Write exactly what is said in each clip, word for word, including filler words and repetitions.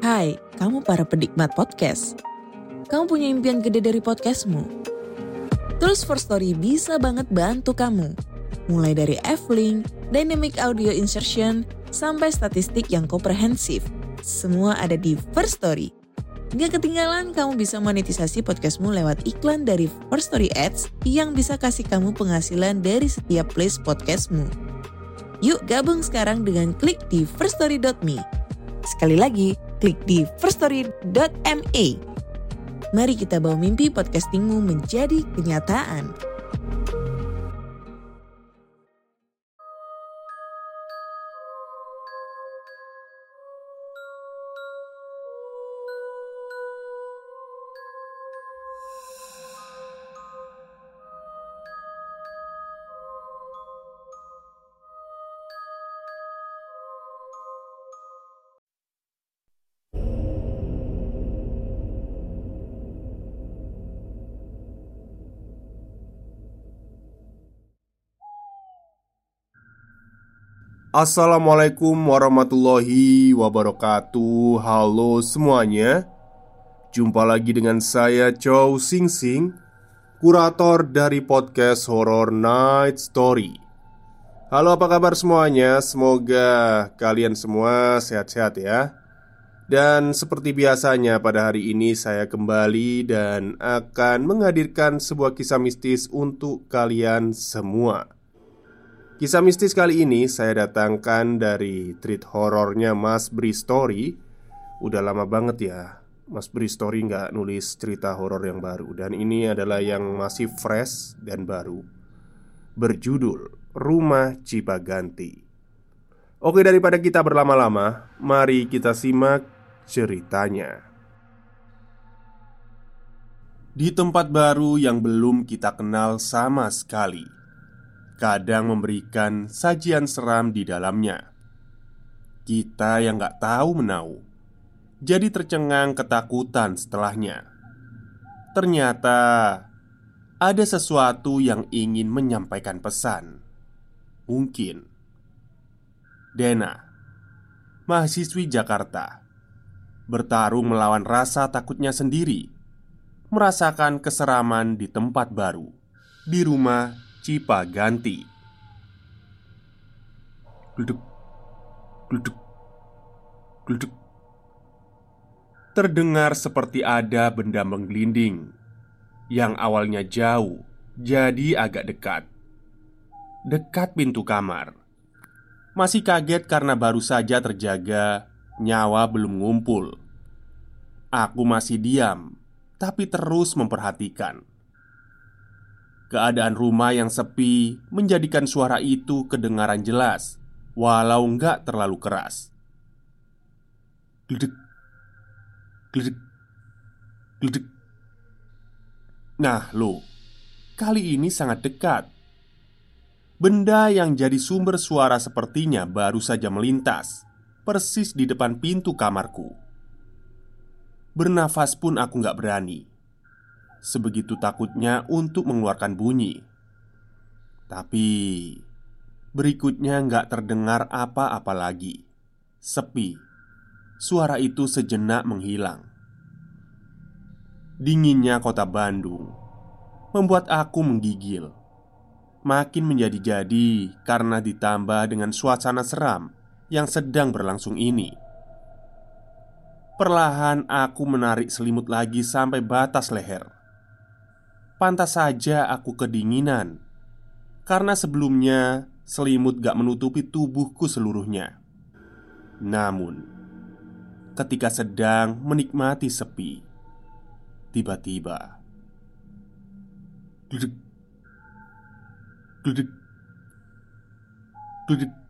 Hai, kamu para penikmat podcast. Kamu punya impian gede dari podcastmu? Terus First Story bisa banget bantu kamu. Mulai dari F-Link, Dynamic Audio Insertion, sampai statistik yang komprehensif. Semua ada di First Story. Gak ketinggalan kamu bisa monetisasi podcastmu lewat iklan dari First Story Ads yang bisa kasih kamu penghasilan dari setiap place podcastmu. Yuk gabung sekarang dengan klik di first story dot me. Sekali lagi, klik di first story dot me. Mari kita bawa mimpi podcastingmu menjadi kenyataan. Assalamualaikum warahmatullahi wabarakatuh. Halo semuanya. Jumpa lagi dengan saya Chow Sing Sing, kurator dari podcast Horror Night Story. Halo, apa kabar semuanya? Semoga kalian semua sehat-sehat ya. Dan seperti biasanya pada hari ini saya kembali dan akan menghadirkan sebuah kisah mistis untuk kalian semua. Kisah mistis kali ini saya datangkan dari treat horornya Mas Bri Story. Udah lama banget ya Mas Bri Story nggak nulis cerita horor yang baru. Dan ini adalah yang masih fresh dan baru, berjudul Rumah Cipaganti. Oke, daripada kita berlama-lama, mari kita simak ceritanya. Di tempat baru yang belum kita kenal sama sekali, kadang memberikan sajian seram di dalamnya. Kita yang gak tahu menau jadi tercengang ketakutan setelahnya. Ternyata ada sesuatu yang ingin menyampaikan pesan. Mungkin Dena, mahasiswi Jakarta, bertarung melawan rasa takutnya sendiri, merasakan keseraman di tempat baru, di rumah Cipaganti. Gluduk, gluduk, gluduk. Terdengar seperti ada benda menggelinding yang awalnya jauh jadi agak dekat. Dekat pintu kamar. Masih kaget karena baru saja terjaga, nyawa belum ngumpul. Aku masih diam, tapi terus memperhatikan. Keadaan rumah yang sepi menjadikan suara itu kedengaran jelas, walau nggak terlalu keras. Gledek, gledek, gledek. Nah lo, kali ini sangat dekat. Benda yang jadi sumber suara sepertinya baru saja melintas, persis di depan pintu kamarku. Bernafas pun aku nggak berani. Sebegitu takutnya untuk mengeluarkan bunyi. Tapi berikutnya nggak terdengar apa-apa lagi. Sepi. Suara itu sejenak menghilang. Dinginnya kota Bandung membuat aku menggigil. Makin menjadi-jadi karena ditambah dengan suasana seram yang sedang berlangsung ini. Perlahan aku menarik selimut lagi sampai batas leher. Pantas saja aku kedinginan, karena sebelumnya selimut gak menutupi tubuhku seluruhnya. Namun, ketika sedang menikmati sepi, tiba-tiba gluduk, gluduk, gluduk.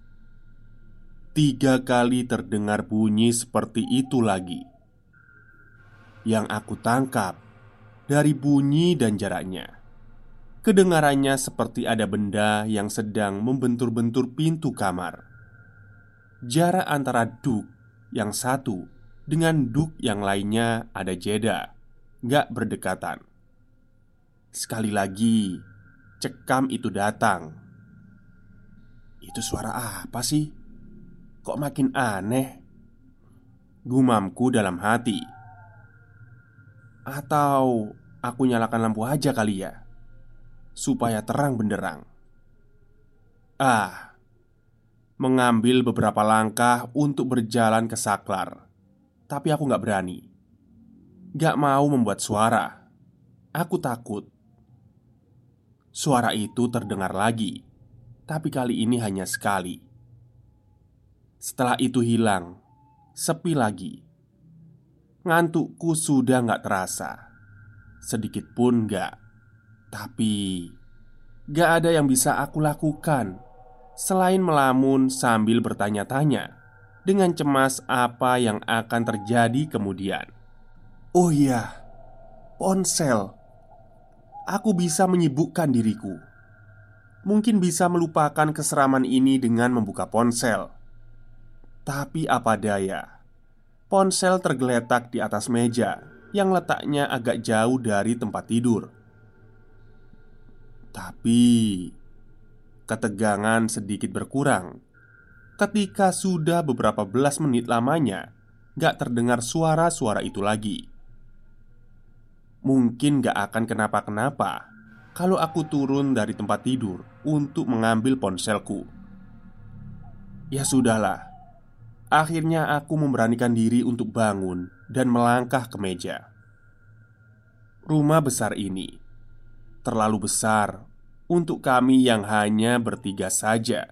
Tiga kali terdengar bunyi seperti itu lagi. Yang aku tangkap dari bunyi dan jaraknya, kedengarannya seperti ada benda yang sedang membentur-bentur pintu kamar. Jarak antara duk yang satu dengan duk yang lainnya ada jeda, gak berdekatan. Sekali lagi, cekam itu datang. Itu suara apa sih? Kok makin aneh? Gumamku dalam hati. Atau aku nyalakan lampu aja kali ya, supaya terang benderang. Ah, mengambil beberapa langkah untuk berjalan ke saklar. Tapi aku gak berani. Gak mau membuat suara. Aku takut. Suara itu terdengar lagi, tapi kali ini hanya sekali. Setelah itu hilang. Sepi lagi. Ngantukku sudah gak terasa. Sedikit pun gak. Tapi gak ada yang bisa aku lakukan selain melamun sambil bertanya-tanya dengan cemas apa yang akan terjadi kemudian. Oh iya, ponsel. Aku bisa menyibukkan diriku. Mungkin bisa melupakan keseraman ini dengan membuka ponsel. Tapi apa daya, ponsel tergeletak di atas meja yang letaknya agak jauh dari tempat tidur. Tapi ketegangan sedikit berkurang ketika sudah beberapa belas menit lamanya gak terdengar suara-suara itu lagi. Mungkin gak akan kenapa-kenapa kalau aku turun dari tempat tidur untuk mengambil ponselku. Ya sudahlah. Akhirnya aku memberanikan diri untuk bangun dan melangkah ke meja. Rumah besar ini terlalu besar untuk kami yang hanya bertiga saja.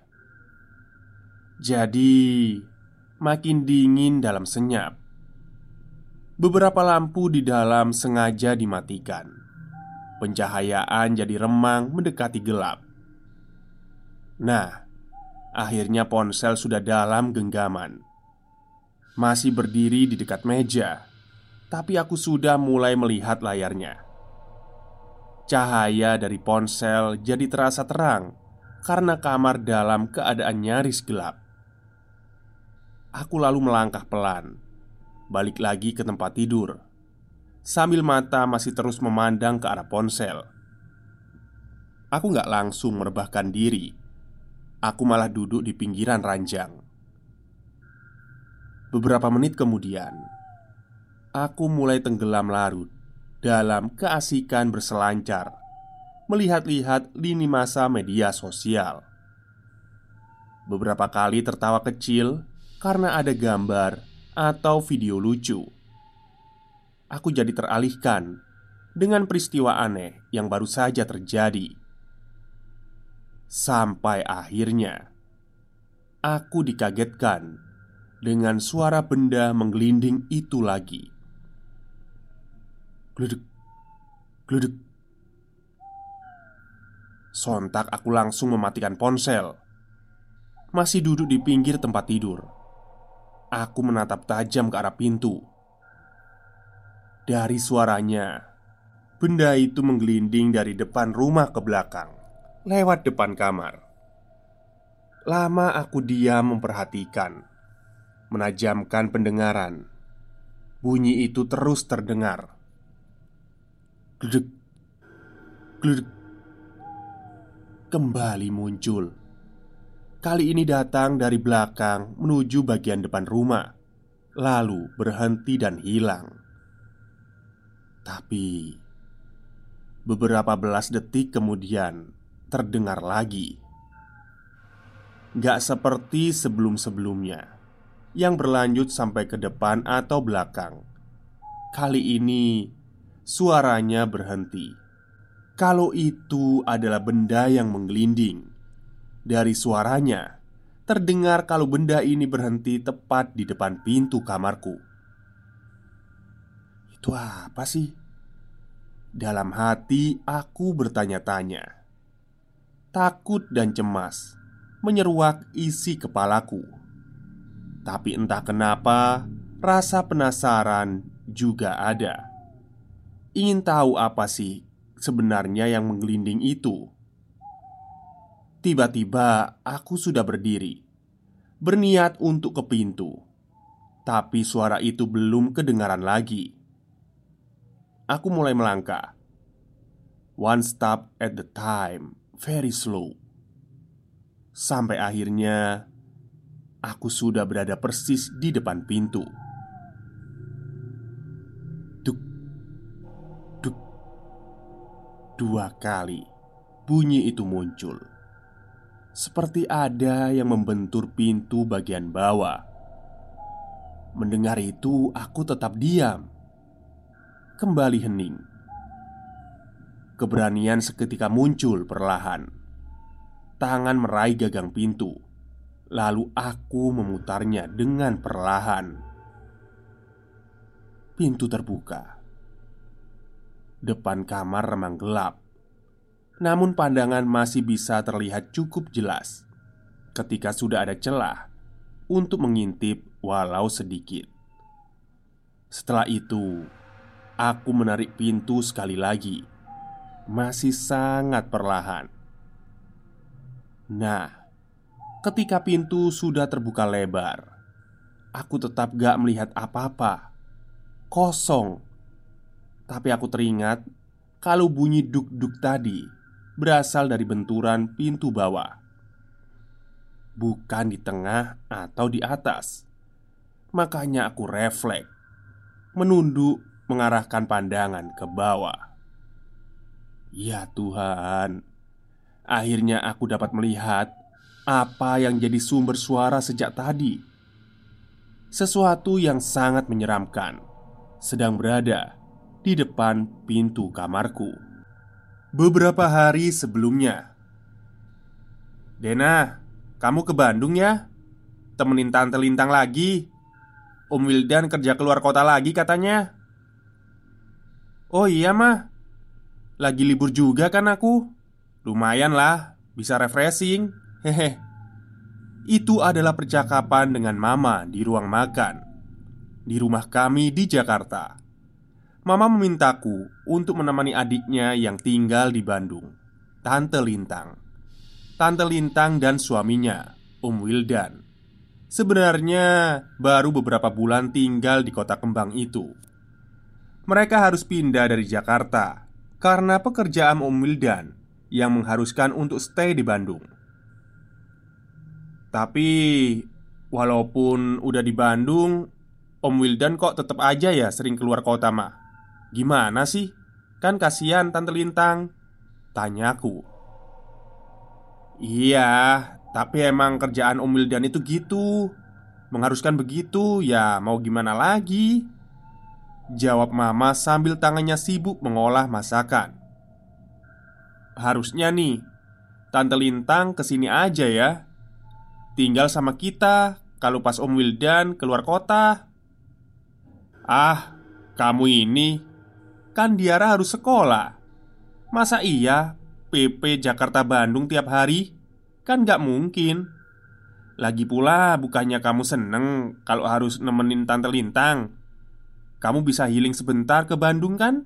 Jadi makin dingin dalam senyap. Beberapa lampu di dalam sengaja dimatikan. Pencahayaan jadi remang mendekati gelap. Nah, akhirnya ponsel sudah dalam genggaman. Masih berdiri di dekat meja, tapi aku sudah mulai melihat layarnya. Cahaya dari ponsel jadi terasa terang karena kamar dalam keadaan nyaris gelap. Aku lalu melangkah pelan, balik lagi ke tempat tidur, sambil mata masih terus memandang ke arah ponsel. Aku gak langsung merebahkan diri. Aku malah duduk di pinggiran ranjang. Beberapa menit kemudian, aku mulai tenggelam larut dalam keasikan berselancar, melihat-lihat lini masa media sosial. Beberapa kali tertawa kecil karena ada gambar atau video lucu. Aku jadi teralihkan dengan peristiwa aneh yang baru saja terjadi. Sampai akhirnya aku dikagetkan dengan suara benda menggelinding itu lagi. Gluduk, gluduk. Sontak aku langsung mematikan ponsel. Masih duduk di pinggir tempat tidur, aku menatap tajam ke arah pintu. Dari suaranya, benda itu menggelinding dari depan rumah ke belakang, lewat depan kamar. Lama aku diam memperhatikan, menajamkan pendengaran. Bunyi itu terus terdengar. Gluduk, gluduk. Kembali muncul. Kali ini datang dari belakang menuju bagian depan rumah, lalu berhenti dan hilang. Tapi beberapa belas detik kemudian terdengar lagi. Gak seperti sebelum-sebelumnya yang berlanjut sampai ke depan atau belakang. Kali ini suaranya berhenti. Kalau itu adalah benda yang menggelinding, dari suaranya terdengar kalau benda ini berhenti tepat di depan pintu kamarku. Itu apa sih? Dalam hati aku bertanya-tanya. Takut dan cemas menyeruak isi kepalaku. Tapi entah kenapa, rasa penasaran juga ada. Ingin tahu apa sih sebenarnya yang menggelinding itu. Tiba-tiba aku sudah berdiri, berniat untuk ke pintu. Tapi suara itu belum kedengaran lagi. Aku mulai melangkah, one step at the time, very slow. Sampai akhirnya aku sudah berada persis di depan pintu. Dua kali bunyi itu muncul, seperti ada yang membentur pintu bagian bawah. Mendengar itu, aku tetap diam, kembali hening. Keberanian seketika muncul perlahan. Tangan meraih gagang pintu, lalu aku memutarnya dengan perlahan. Pintu terbuka. Depan kamar remang gelap, namun pandangan masih bisa terlihat cukup jelas ketika sudah ada celah untuk mengintip walau sedikit. Setelah itu, aku menarik pintu sekali lagi, masih sangat perlahan. Nah, ketika pintu sudah terbuka lebar, aku tetap gak melihat apa-apa. Kosong. Tapi aku teringat kalau bunyi duk-duk tadi berasal dari benturan pintu bawah, bukan di tengah atau di atas. Makanya aku refleks, menunduk, mengarahkan pandangan ke bawah. Ya Tuhan, akhirnya aku dapat melihat apa yang jadi sumber suara sejak tadi. Sesuatu yang sangat menyeramkan sedang berada di depan pintu kamarku. Beberapa hari sebelumnya. "Dena, kamu ke Bandung ya? Temenin Tante Lintang lagi. Om Wildan kerja keluar kota lagi katanya." "Oh iya mah, lagi libur juga kan aku. Lumayan lah, bisa refreshing. Hehe." Itu adalah percakapan dengan Mama di ruang makan di rumah kami di Jakarta. Mama memintaku untuk menemani adiknya yang tinggal di Bandung, Tante Lintang. Tante Lintang dan suaminya, Om Wildan, sebenarnya baru beberapa bulan tinggal di kota kembang itu. Mereka harus pindah dari Jakarta karena pekerjaan Om Wildan yang mengharuskan untuk stay di Bandung. Tapi walaupun udah di Bandung, Om Wildan kok tetap aja ya sering keluar kota mah. Gimana sih? Kan kasihan Tante Lintang, tanyaku. "Iya, tapi emang kerjaan Om Wildan itu gitu, mengharuskan begitu, ya mau gimana lagi?" jawab Mama sambil tangannya sibuk mengolah masakan. "Harusnya nih Tante Lintang kesini aja ya, tinggal sama kita kalau pas Om Wildan keluar kota." "Ah, kamu ini, kan Diara harus sekolah. Masa iya P P Jakarta Bandung tiap hari? Kan gak mungkin. Lagi pula bukannya kamu seneng kalau harus nemenin Tante Lintang? Kamu bisa healing sebentar ke Bandung kan?"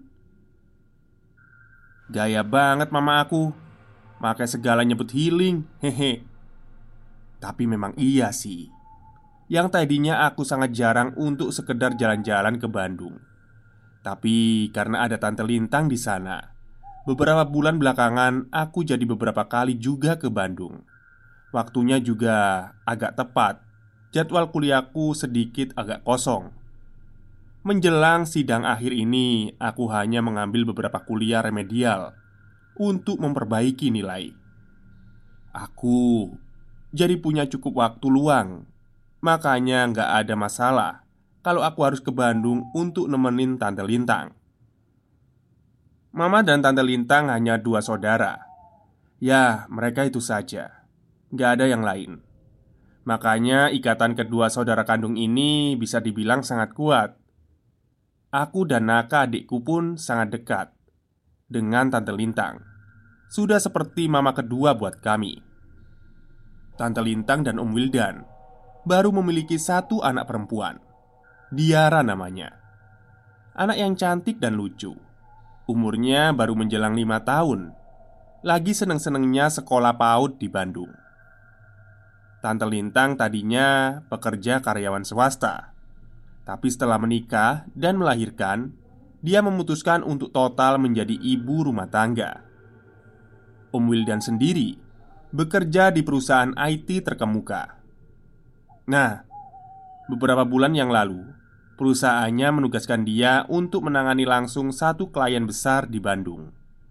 Gaya banget mama aku, makai segala nyebut healing. Hehe. Tapi memang iya sih, yang tadinya aku sangat jarang untuk sekedar jalan-jalan ke Bandung. Tapi karena ada Tante Lintang di sana, beberapa bulan belakangan aku jadi beberapa kali juga ke Bandung. Waktunya juga agak tepat. Jadwal kuliahku sedikit agak kosong. Menjelang sidang akhir ini, aku hanya mengambil beberapa kuliah remedial untuk memperbaiki nilai. Aku jadi punya cukup waktu luang. Makanya nggak ada masalah kalau aku harus ke Bandung untuk nemenin Tante Lintang. Mama dan Tante Lintang hanya dua saudara. Ya, mereka itu saja. Nggak ada yang lain. Makanya ikatan kedua saudara kandung ini bisa dibilang sangat kuat. Aku dan Naka adikku pun sangat dekat dengan Tante Lintang. Sudah seperti mama kedua buat kami. Tante Lintang dan Om Wildan baru memiliki satu anak perempuan, Diara namanya. Anak yang cantik dan lucu. Umurnya baru menjelang lima tahun. Lagi seneng-senengnya sekolah PAUD di Bandung. Tante Lintang tadinya pekerja karyawan swasta. Tapi setelah menikah dan melahirkan, dia memutuskan untuk total menjadi ibu rumah tangga. Om Wildan sendiri bekerja di perusahaan I T terkemuka. Nah, beberapa bulan yang lalu, perusahaannya menugaskan dia untuk menangani langsung satu klien besar di Bandung.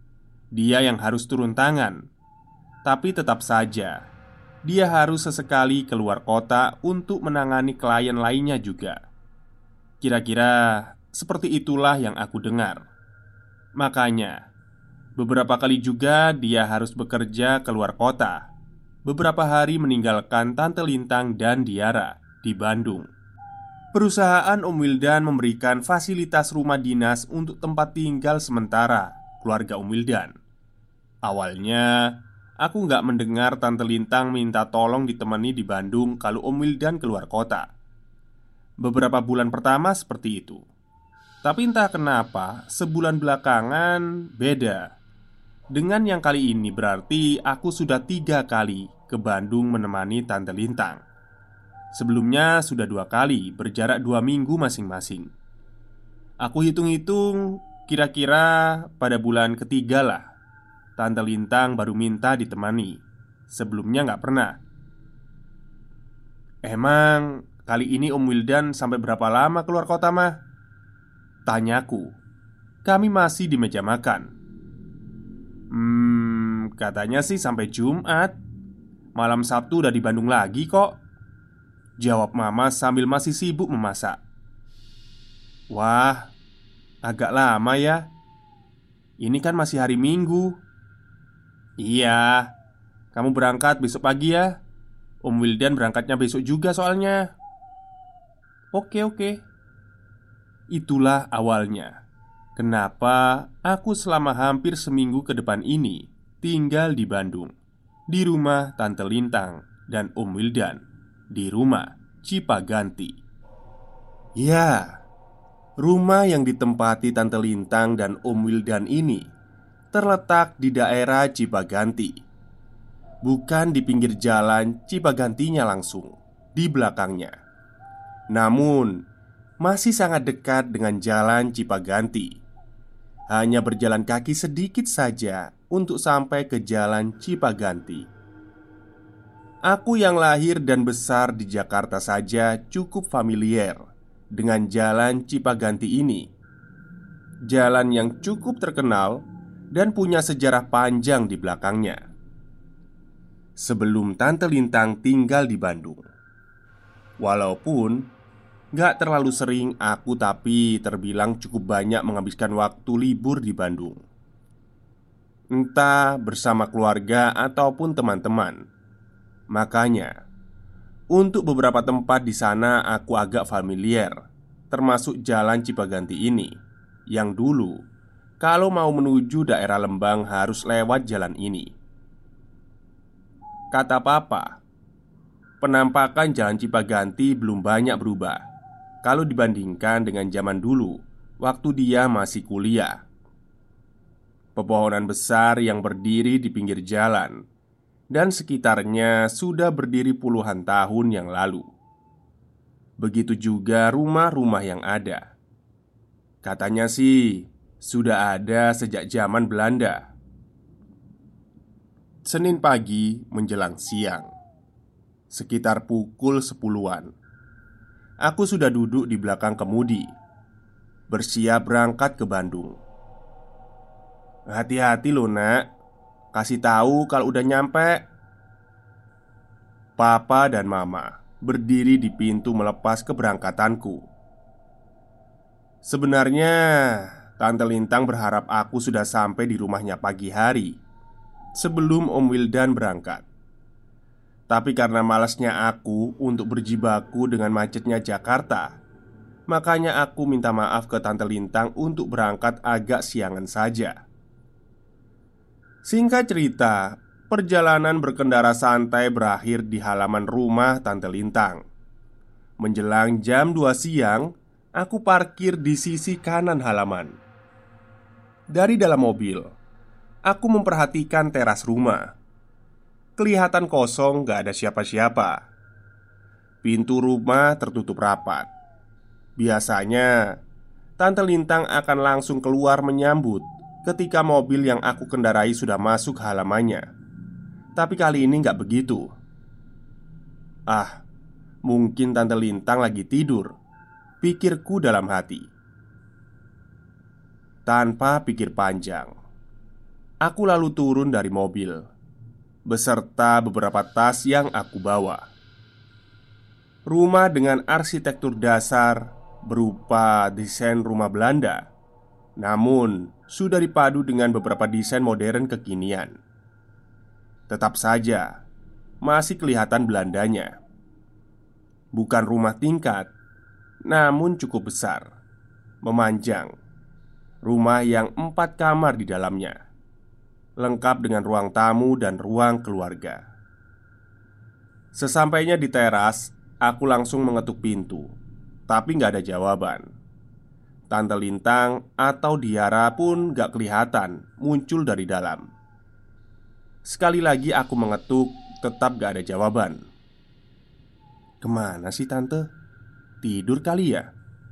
dia yang harus turun tangan. Tapi tetap saja, dia harus sesekali keluar kota untuk menangani klien lainnya juga. Kira-kira seperti itulah yang aku dengar. Makanya, beberapa kali juga dia harus bekerja keluar kota. Beberapa hari meninggalkan Tante Lintang dan Diara di Bandung. Perusahaan Om Wildan memberikan fasilitas rumah dinas untuk tempat tinggal sementara keluarga Om Wildan. Awalnya, aku nggak mendengar Tante Lintang minta tolong ditemani di Bandung kalau Om Wildan keluar kota. Beberapa bulan pertama seperti itu. Tapi entah kenapa, sebulan belakangan beda. Dengan yang kali ini berarti aku sudah tiga kali ke Bandung menemani Tante Lintang. Sebelumnya sudah dua kali, berjarak dua minggu masing-masing. Aku hitung-hitung, kira-kira pada bulan ketiga lah Tante Lintang baru minta ditemani. Sebelumnya nggak pernah. Emang kali ini Om Wildan sampai berapa lama keluar kota, mah? Tanyaku. Kami masih di meja makan. Hmm, katanya sih sampai Jumat. Malam Sabtu udah di Bandung lagi kok, jawab Mama sambil masih sibuk memasak. Wah, agak lama ya. Ini kan masih hari Minggu. Iya, kamu berangkat besok pagi ya. Om Wildan berangkatnya besok juga soalnya. Oke oke. Itulah awalnya kenapa aku selama hampir seminggu ke depan ini tinggal di Bandung, di rumah Tante Lintang dan Om Wildan, di rumah Cipaganti. Ya, rumah yang ditempati Tante Lintang dan Om Wildan ini terletak di daerah Cipaganti. Bukan di pinggir jalan Cipagantinya langsung, di belakangnya. Namun, masih sangat dekat dengan jalan Cipaganti. Hanya berjalan kaki sedikit saja untuk sampai ke jalan Cipaganti. Aku yang lahir dan besar di Jakarta saja cukup familiar dengan jalan Cipaganti ini. Jalan yang cukup terkenal dan punya sejarah panjang di belakangnya. Sebelum Tante Lintang tinggal di Bandung. Walaupun gak terlalu sering aku tapi terbilang cukup banyak menghabiskan waktu libur di Bandung. Entah bersama keluarga ataupun teman-teman. Makanya, untuk beberapa tempat di sana aku agak familiar, termasuk jalan Cipaganti ini, yang dulu kalau mau menuju daerah Lembang harus lewat jalan ini. Kata papa, penampakan jalan Cipaganti belum banyak berubah kalau dibandingkan dengan zaman dulu, waktu dia masih kuliah. Pepohonan besar yang berdiri di pinggir jalan dan sekitarnya sudah berdiri puluhan tahun yang lalu. Begitu juga rumah-rumah yang ada. Katanya sih sudah ada sejak zaman Belanda. Senin pagi menjelang siang, sekitar pukul sepuluhan, aku sudah duduk di belakang kemudi, bersiap berangkat ke Bandung. Hati-hati loh nak, kasih tahu kalau udah nyampe. Papa dan Mama berdiri di pintu melepas keberangkatanku. Sebenarnya Tante Lintang berharap aku sudah sampai di rumahnya pagi hari sebelum Om Wildan berangkat. Tapi karena malasnya aku untuk berjibaku dengan macetnya Jakarta, makanya aku minta maaf ke Tante Lintang untuk berangkat agak siangan saja. Singkat cerita, perjalanan berkendara santai berakhir di halaman rumah Tante Lintang. Menjelang jam dua siang, aku parkir di sisi kanan halaman. Dari dalam mobil, aku memperhatikan teras rumah. Kelihatan kosong, gak ada siapa-siapa. Pintu rumah tertutup rapat. Biasanya, Tante Lintang akan langsung keluar menyambut ketika mobil yang aku kendarai sudah masuk halamannya. Tapi kali ini gak begitu. Ah, mungkin Tante Lintang lagi tidur, pikirku dalam hati. Tanpa pikir panjang, Aku lalu turun dari mobil beserta beberapa tas yang aku bawa. Rumah dengan arsitektur dasar berupa desain rumah Belanda, namun sudah dipadu dengan beberapa desain modern kekinian. Tetap saja masih kelihatan Belandanya. Bukan rumah tingkat, namun cukup besar, memanjang. Rumah yang empat kamar di dalamnya, lengkap dengan ruang tamu dan ruang keluarga. Sesampainya di teras, aku langsung mengetuk pintu, tapi gak ada jawaban. Tante Lintang atau Diara pun gak kelihatan muncul dari dalam. Sekali lagi aku mengetuk, tetap gak ada jawaban. Kemana sih tante? Tidur kali ya?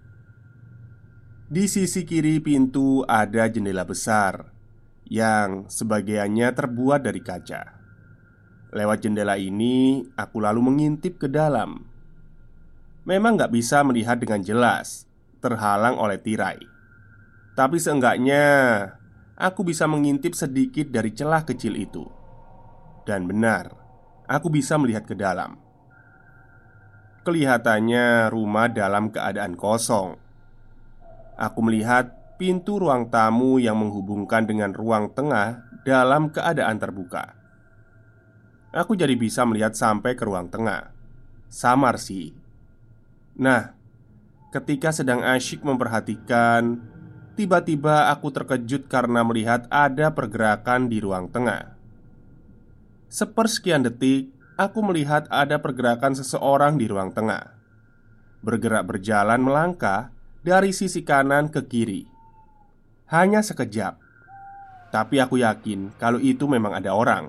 Di sisi kiri pintu ada jendela besar yang sebagiannya terbuat dari kaca. Lewat jendela ini, aku lalu mengintip ke dalam. Memang gak bisa melihat dengan jelas, terhalang oleh tirai. Tapi seenggaknya aku bisa mengintip sedikit dari celah kecil itu. Dan benar, aku bisa melihat ke dalam. Kelihatannya rumah dalam keadaan kosong. Aku melihat pintu ruang tamu yang menghubungkan dengan ruang tengah dalam keadaan terbuka. Aku jadi bisa melihat sampai ke ruang tengah. Samar sih. Nah, ketika sedang asyik memperhatikan, tiba-tiba aku terkejut karena melihat ada pergerakan di ruang tengah. Sepersekian detik, aku melihat ada pergerakan seseorang di ruang tengah, bergerak berjalan melangkah dari sisi kanan ke kiri. Hanya sekejap, tapi aku yakin kalau itu memang ada orang.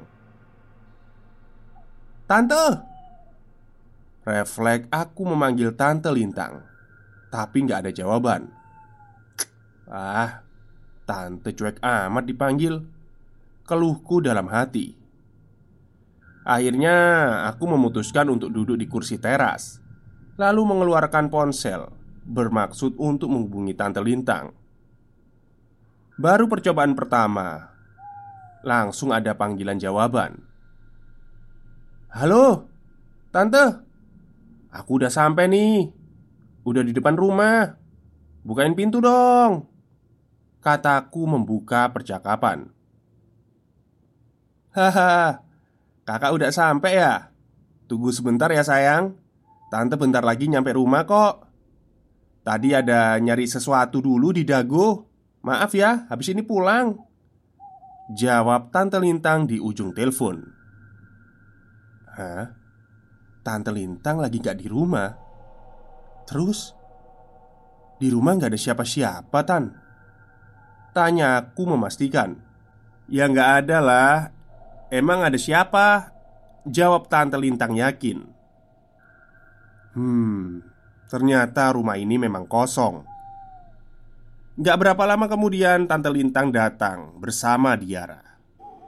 Tante! Refleks aku memanggil Tante Lintang, tapi gak ada jawaban. Ah, Tante cuek amat dipanggil, keluhku dalam hati. Akhirnya aku memutuskan untuk duduk di kursi teras, lalu mengeluarkan ponsel, bermaksud untuk menghubungi Tante Lintang. Baru percobaan pertama, langsung ada panggilan jawaban. Halo, Tante. Aku udah sampai nih. Udah di depan rumah. Bukain pintu dong, kataku membuka percakapan. Haha, kakak udah sampai ya? Tunggu sebentar ya sayang. Tante bentar lagi nyampe rumah kok. Tadi ada nyari sesuatu dulu di Dago. Maaf ya, habis ini pulang, jawab Tante Lintang di ujung telepon. Hah? Tante Lintang lagi gak di rumah? Terus? Di rumah gak ada siapa-siapa, Tan? Tanyaku memastikan. Ya gak ada lah. Emang ada siapa? Jawab Tante Lintang yakin. Hmm, ternyata rumah ini memang kosong. Gak berapa lama kemudian Tante Lintang datang bersama Diara.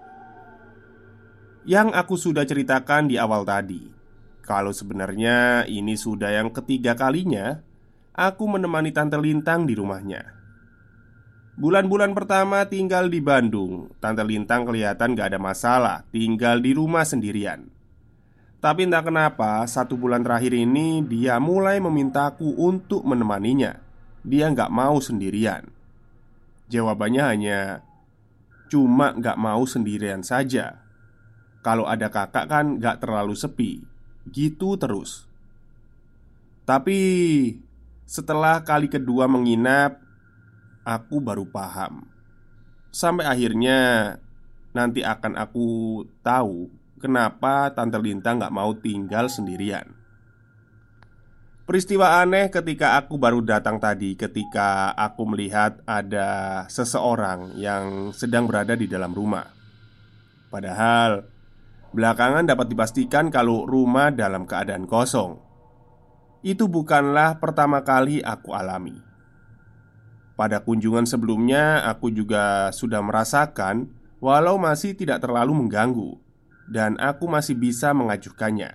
Yang aku sudah ceritakan di awal tadi, kalau sebenarnya ini sudah yang ketiga kalinya aku menemani Tante Lintang di rumahnya. Bulan-bulan pertama tinggal di Bandung, Tante Lintang kelihatan gak ada masalah tinggal di rumah sendirian. Tapi entah kenapa satu bulan terakhir ini dia mulai memintaku untuk menemaninya. Dia gak mau sendirian. Jawabannya hanya cuma gak mau sendirian saja. Kalau ada kakak kan gak terlalu sepi. Gitu terus. Tapi setelah kali kedua menginap, aku baru paham. Sampai akhirnya nanti akan aku tahu kenapa Tante Lintang gak mau tinggal sendirian. Peristiwa aneh ketika aku baru datang tadi, ketika aku melihat ada seseorang yang sedang berada di dalam rumah. Padahal belakangan dapat dipastikan kalau rumah dalam keadaan kosong. Itu bukanlah pertama kali aku alami. Pada kunjungan sebelumnya aku juga sudah merasakan, walau masih tidak terlalu mengganggu, dan aku masih bisa mengajukannya.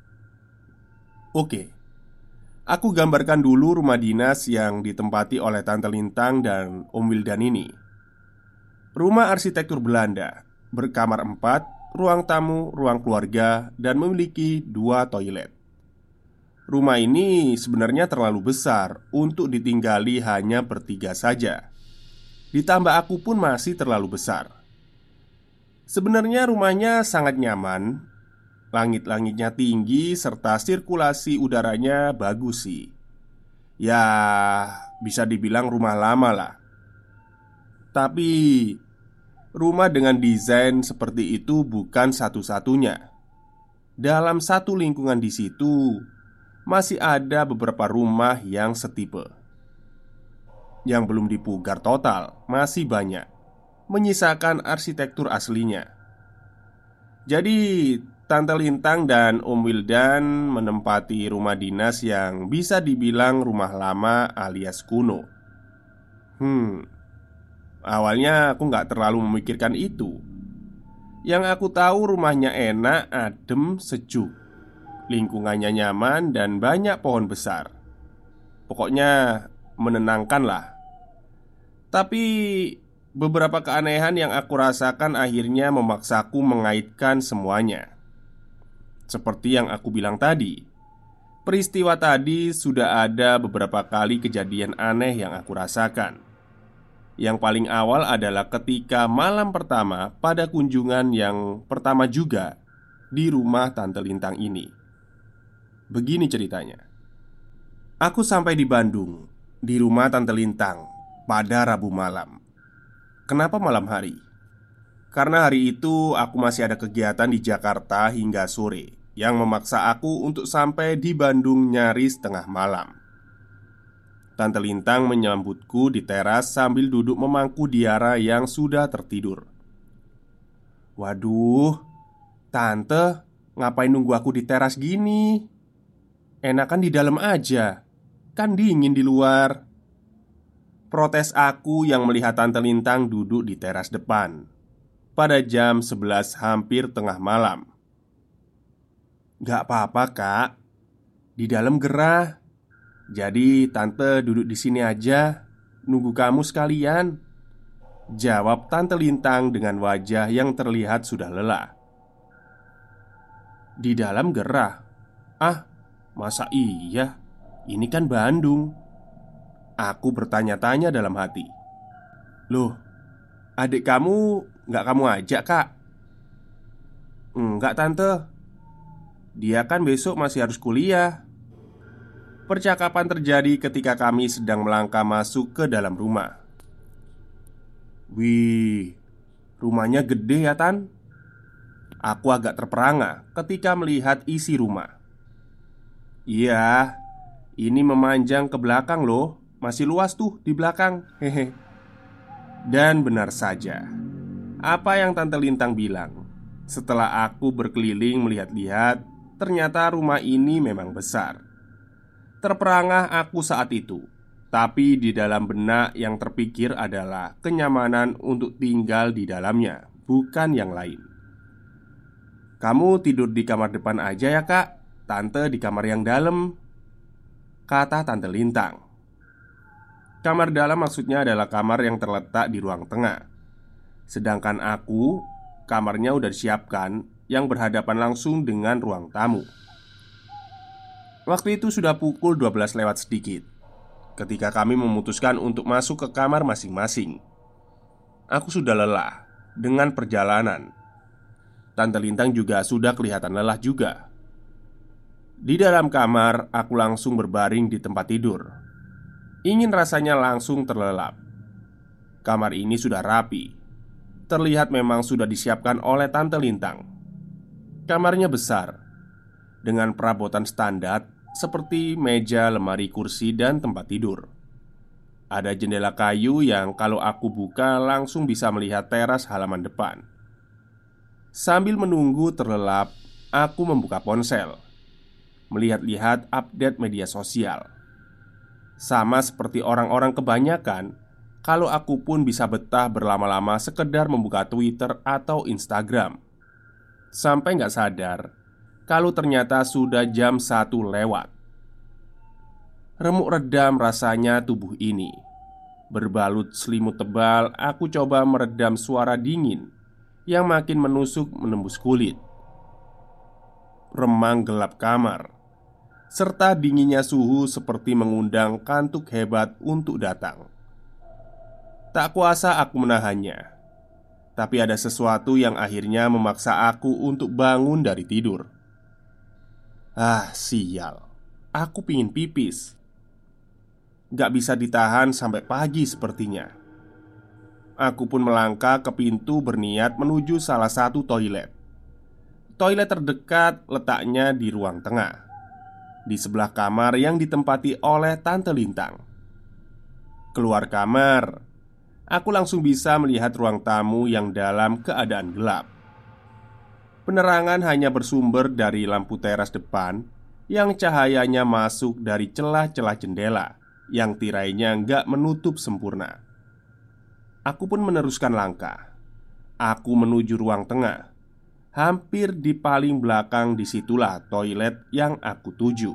Oke, aku gambarkan dulu rumah dinas yang ditempati oleh Tante Lintang dan Om Wildan ini. Rumah arsitektur Belanda, berkamar empat, ruang tamu, ruang keluarga, dan memiliki dua toilet. Rumah ini sebenarnya terlalu besar untuk ditinggali hanya bertiga saja. Ditambah aku pun masih terlalu besar. Sebenarnya rumahnya sangat nyaman. Langit-langitnya tinggi serta sirkulasi udaranya bagus sih. Ya, bisa dibilang rumah lama lah. Tapi rumah dengan desain seperti itu bukan satu-satunya. Dalam satu lingkungan di situ masih ada beberapa rumah yang setipe. Yang belum dipugar total masih banyak, menyisakan arsitektur aslinya. Jadi Tante Lintang dan Om Wildan menempati rumah dinas yang bisa dibilang rumah lama alias kuno. Hmm, awalnya aku nggak terlalu memikirkan itu. Yang aku tahu rumahnya enak, adem, sejuk. Lingkungannya nyaman dan banyak pohon besar. Pokoknya menenangkan lah. Tapi beberapa keanehan yang aku rasakan akhirnya memaksaku mengaitkan semuanya. Seperti yang aku bilang tadi, peristiwa tadi sudah ada beberapa kali kejadian aneh yang aku rasakan. Yang paling awal adalah ketika malam pertama pada kunjungan yang pertama juga di rumah Tante Lintang ini. Begini ceritanya. Aku sampai di Bandung, di rumah Tante Lintang pada Rabu malam. Kenapa malam hari? Karena hari itu aku masih ada kegiatan di Jakarta hingga sore, yang memaksa aku untuk sampai di Bandung nyaris tengah malam. Tante Lintang menyambutku di teras sambil duduk memangku Diara yang sudah tertidur. "Waduh, Tante, ngapain nunggu aku di teras gini? Enakan di dalam aja, kan dingin di luar." Protes aku yang melihat Tante Lintang duduk di teras depan pada jam sebelas hampir tengah malam. "Gak apa-apa kak, di dalam gerah. Jadi Tante duduk di sini aja, nunggu kamu sekalian," jawab Tante Lintang dengan wajah yang terlihat sudah lelah. "Di dalam gerah? Ah, masa iya? Ini kan Bandung." Aku bertanya-tanya dalam hati. "Loh, adik kamu gak kamu ajak kak?" "Enggak tante, dia kan besok masih harus kuliah." Percakapan terjadi ketika kami sedang melangkah masuk ke dalam rumah. "Wih, rumahnya gede ya Tan?" Aku agak terperangah ketika melihat isi rumah. "Iya, ini memanjang ke belakang loh. Masih luas tuh di belakang." Hehe. Dan benar saja apa yang Tante Lintang bilang. Setelah aku berkeliling melihat-lihat, ternyata rumah ini memang besar. Terperangah aku saat itu. Tapi di dalam benak yang terpikir adalah kenyamanan untuk tinggal di dalamnya, bukan yang lain. "Kamu tidur di kamar depan aja ya kak, Tante di kamar yang dalam," kata Tante Lintang. Kamar dalam maksudnya adalah kamar yang terletak di ruang tengah. Sedangkan aku, kamarnya udah disiapkan yang berhadapan langsung dengan ruang tamu. Waktu itu sudah pukul dua belas lewat sedikit ketika kami memutuskan untuk masuk ke kamar masing-masing. Aku sudah lelah dengan perjalanan. Tante Lintang juga sudah kelihatan lelah juga. Di dalam kamar, aku langsung berbaring di tempat tidur. Ingin rasanya langsung terlelap. Kamar ini sudah rapi. Terlihat memang sudah disiapkan oleh Tante Lintang. Kamarnya besar, dengan perabotan standar seperti meja, lemari, kursi, dan tempat tidur. Ada jendela kayu yang kalau aku buka langsung bisa melihat teras halaman depan. Sambil menunggu terlelap, aku membuka ponsel, melihat-lihat update media sosial. Sama seperti orang-orang kebanyakan, kalau aku pun bisa betah berlama-lama sekedar membuka Twitter atau Instagram. Sampai nggak sadar kalau ternyata sudah jam satu lewat. Remuk redam rasanya tubuh ini. Berbalut selimut tebal, aku coba meredam suara dingin yang makin menusuk menembus kulit. Remang gelap kamar serta dinginnya suhu seperti mengundang kantuk hebat untuk datang. Tak kuasa aku menahannya, tapi ada sesuatu yang akhirnya memaksa aku untuk bangun dari tidur. Ah, sial. Aku pingin pipis. Gak bisa ditahan sampai pagi sepertinya. Aku pun melangkah ke pintu berniat menuju salah satu toilet. Toilet terdekat letaknya di ruang tengah, di sebelah kamar yang ditempati oleh Tante Lintang. Keluar kamar, aku langsung bisa melihat ruang tamu yang dalam keadaan gelap. Penerangan hanya bersumber dari lampu teras depan yang cahayanya masuk dari celah-celah jendela yang tirainya nggak menutup sempurna. Aku pun meneruskan langkah. Aku menuju ruang tengah. Hampir di paling belakang disitulah toilet yang aku tuju.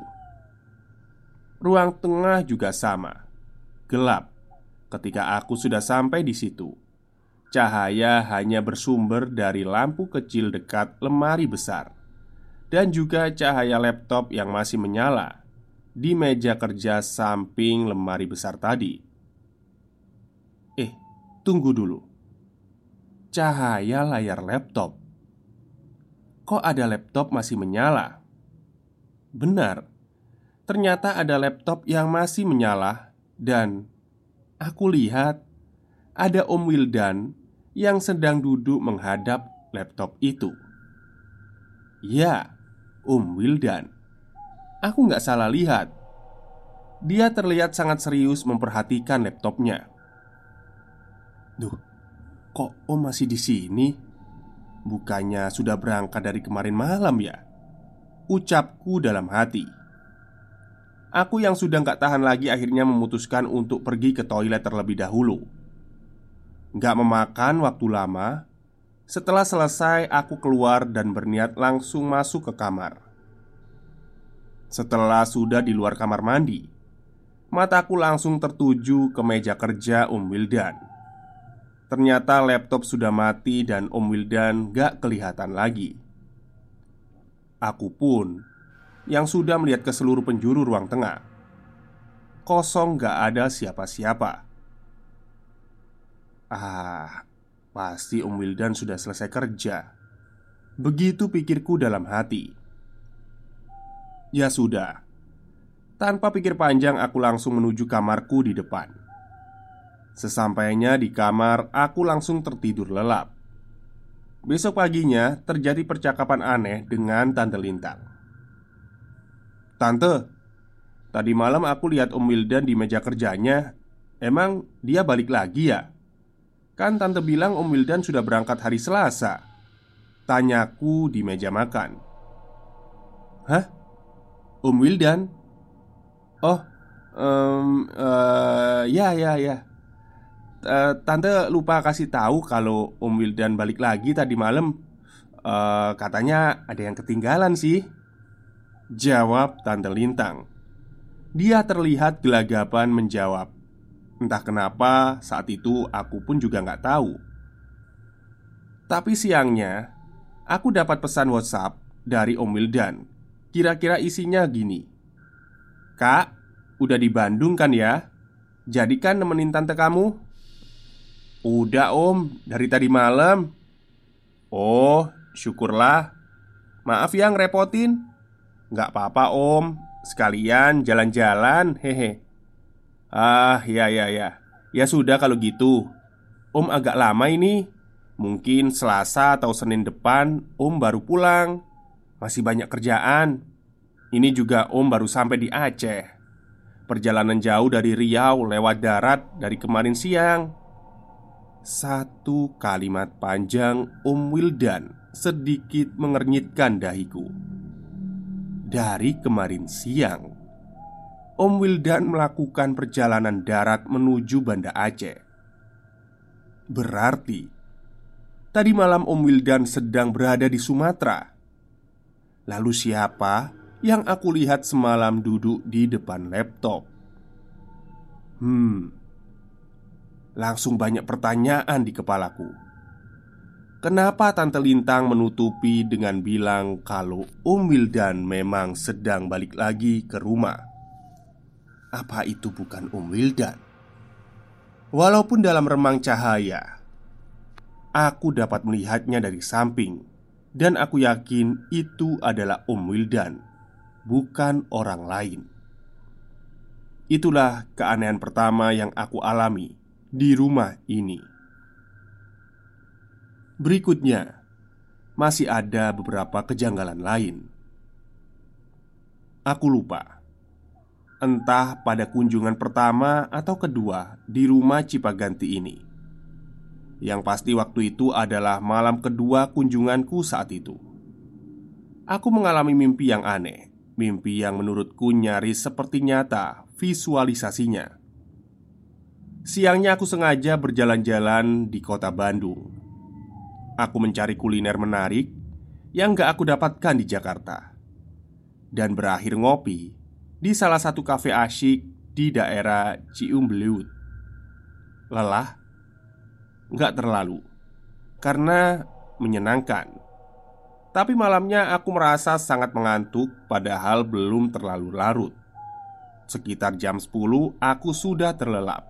Ruang tengah juga sama, gelap. Ketika aku sudah sampai di situ, cahaya hanya bersumber dari lampu kecil dekat lemari besar dan juga cahaya laptop yang masih menyala di meja kerja samping lemari besar tadi. Eh, tunggu dulu. Cahaya layar laptop. Kok ada laptop masih menyala? Benar, ternyata ada laptop yang masih menyala. Dan aku lihat ada Om Wildan yang sedang duduk menghadap laptop itu. Ya, Om Wildan. Aku nggak salah lihat. Dia terlihat sangat serius memperhatikan laptopnya. Duh, kok Om masih di sini? Bukannya sudah berangkat dari kemarin malam ya? Ucapku dalam hati. Aku yang sudah gak tahan lagi akhirnya memutuskan untuk pergi ke toilet terlebih dahulu. Gak memakan waktu lama. Setelah selesai aku keluar dan berniat langsung masuk ke kamar. Setelah sudah di luar kamar mandi, mataku langsung tertuju ke meja kerja Om Wildan. Ternyata laptop sudah mati dan Om Wildan gak kelihatan lagi. Aku pun yang sudah melihat ke seluruh penjuru ruang tengah. Kosong, gak ada siapa-siapa. Ah, pasti Om Wildan sudah selesai kerja. Begitu pikirku dalam hati. Ya sudah. Tanpa pikir panjang aku langsung menuju kamarku di depan. Sesampainya di kamar, aku langsung tertidur lelap. Besok paginya terjadi percakapan aneh dengan Tante Lintang. "Tante, tadi malam aku lihat Om Wildan di meja kerjanya. Emang dia balik lagi ya? Kan Tante bilang Om Wildan sudah berangkat hari Selasa," tanyaku di meja makan. "Hah? Om Wildan? Oh, um, uh, ya ya ya. Uh, Tante lupa kasih tahu kalau Om Wildan balik lagi tadi malam. uh, Katanya ada yang ketinggalan sih," jawab Tante Lintang. Dia terlihat gelagapan menjawab. Entah kenapa saat itu aku pun juga nggak tahu. Tapi siangnya aku dapat pesan WhatsApp dari Om Wildan. Kira-kira isinya gini: "Kak, udah di Bandung kan ya? Jadi kan nemenin tante kamu?" "Udah Om, dari tadi malam." "Oh, syukurlah. Maaf ya ngerepotin." "Nggak apa-apa Om, sekalian jalan-jalan, hehe." "Ah, ya ya ya. Ya sudah kalau gitu. Om agak lama ini. Mungkin Selasa atau Senin depan Om baru pulang. Masih banyak kerjaan. Ini juga Om baru sampai di Aceh. Perjalanan jauh dari Riau lewat darat dari kemarin siang." Satu kalimat panjang Om Wildan sedikit mengernyitkan dahiku. Dari kemarin siang Om Wildan melakukan perjalanan darat menuju Banda Aceh. Berarti tadi malam Om Wildan sedang berada di Sumatera. Lalu siapa yang aku lihat semalam duduk di depan laptop? Hmm langsung banyak pertanyaan di kepalaku. Kenapa Tante Lintang menutupi dengan bilang kalau Om Wildan memang sedang balik lagi ke rumah? Apa itu bukan Om Wildan? Walaupun dalam remang cahaya, aku dapat melihatnya dari samping, dan aku yakin itu adalah Om Wildan, bukan orang lain. Itulah keanehan pertama yang aku alami di rumah ini. Berikutnya, masih ada beberapa kejanggalan lain. Aku lupa, entah pada kunjungan pertama atau kedua di rumah Cipaganti ini. Yang pasti waktu itu adalah malam kedua kunjunganku saat itu. Aku mengalami mimpi yang aneh, mimpi yang menurutku nyaris seperti nyata visualisasinya. Siangnya aku sengaja berjalan-jalan di kota Bandung. Aku mencari kuliner menarik yang gak aku dapatkan di Jakarta, dan berakhir ngopi di salah satu kafe asyik di daerah Ciumbuleuit. Lelah? Gak terlalu, karena menyenangkan. Tapi malamnya aku merasa sangat mengantuk, padahal belum terlalu larut. Sekitar jam sepuluh aku sudah terlelap.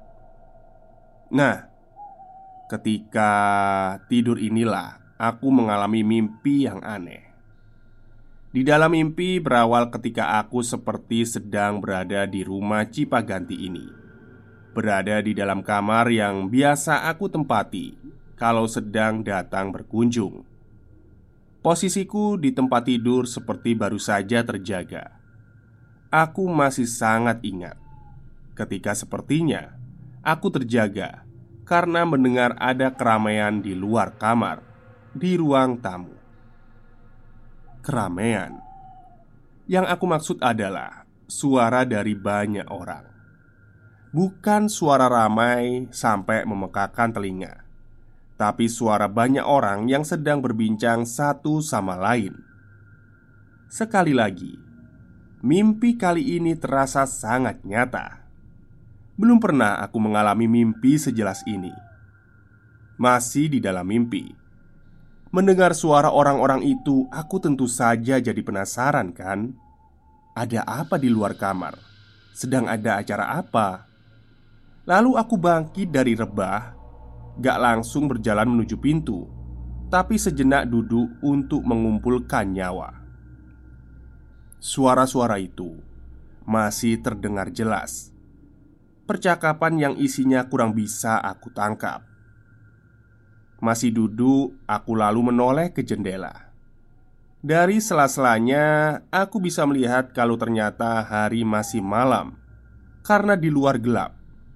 Nah, ketika tidur inilah aku mengalami mimpi yang aneh. Di dalam mimpi berawal ketika aku seperti sedang berada di rumah Cipaganti ini, berada di dalam kamar yang biasa aku tempati kalau sedang datang berkunjung. Posisiku di tempat tidur seperti baru saja terjaga. Aku masih sangat ingat ketika sepertinya aku terjaga karena mendengar ada keramaian di luar kamar, di ruang tamu. Keramaian yang aku maksud adalah suara dari banyak orang. Bukan suara ramai sampai memekakan telinga, tapi suara banyak orang yang sedang berbincang satu sama lain. Sekali lagi, mimpi kali ini terasa sangat nyata. Belum pernah aku mengalami mimpi sejelas ini. Masih di dalam mimpi, mendengar suara orang-orang itu, aku tentu saja jadi penasaran kan? Ada apa di luar kamar? Sedang ada acara apa? Lalu aku bangkit dari rebah, gak langsung berjalan menuju pintu, tapi sejenak duduk untuk mengumpulkan nyawa. Suara-suara itu masih terdengar jelas. Percakapan yang isinya kurang bisa aku tangkap. Masih duduk, aku lalu menoleh ke jendela. Dari sela-selanya, aku bisa melihat kalau ternyata hari masih malam karena di luar gelap.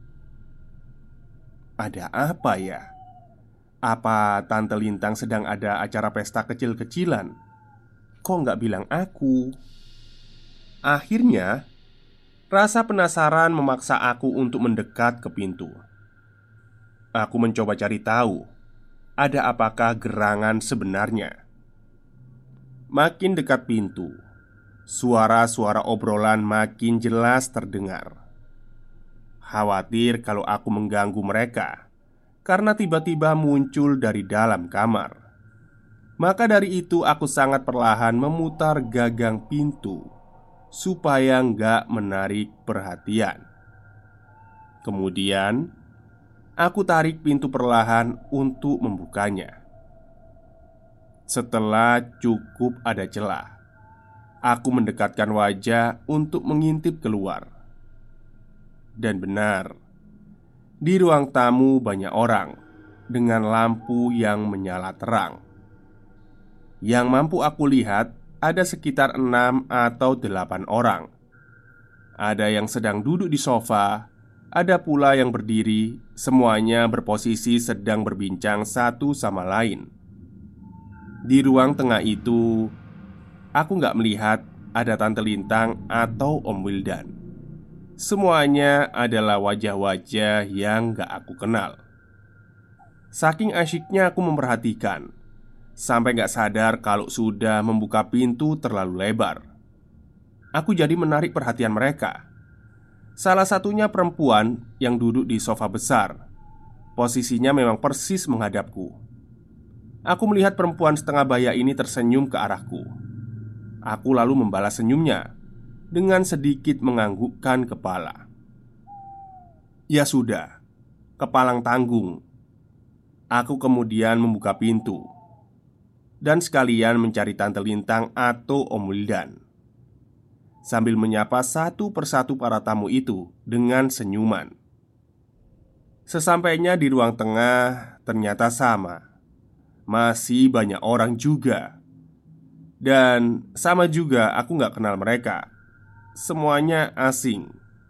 Ada apa ya? Apa Tante Lintang sedang ada acara pesta kecil-kecilan? Kok nggak bilang aku? Akhirnya, rasa penasaran memaksa aku untuk mendekat ke pintu. Aku mencoba cari tahu ada apakah gerangan sebenarnya. Makin dekat pintu, suara-suara obrolan makin jelas terdengar. Khawatir kalau aku mengganggu mereka karena tiba-tiba muncul dari dalam kamar. Maka dari itu aku sangat perlahan memutar gagang pintu supaya nggak menarik perhatian. Kemudian, aku tarik pintu perlahan untuk membukanya. Setelah cukup ada celah, aku mendekatkan wajah untuk mengintip keluar. Dan benar, di ruang tamu banyak orang dengan lampu yang menyala terang. Yang mampu aku lihat ada sekitar enam atau delapan orang. Ada yang sedang duduk di sofa, ada pula yang berdiri. Semuanya berposisi sedang berbincang satu sama lain. Di ruang tengah itu, aku nggak melihat ada Tante Lintang atau Om Wildan. Semuanya adalah wajah-wajah yang gak aku kenal. Saking asyiknya aku memperhatikan, sampai gak sadar kalau sudah membuka pintu terlalu lebar. Aku jadi menarik perhatian mereka. Salah satunya perempuan yang duduk di sofa besar. Posisinya memang persis menghadapku. Aku melihat perempuan setengah baya ini tersenyum ke arahku. Aku lalu membalas senyumnya dengan sedikit menganggukkan kepala. Ya sudah, kepalang tanggung. Aku kemudian membuka pintu dan sekalian mencari Tante Lintang atau Om Wildan, sambil menyapa satu persatu para tamu itu dengan senyuman. Sesampainya di ruang tengah, ternyata sama. Masih banyak orang juga. Dan sama juga aku gak kenal mereka. Semuanya asing.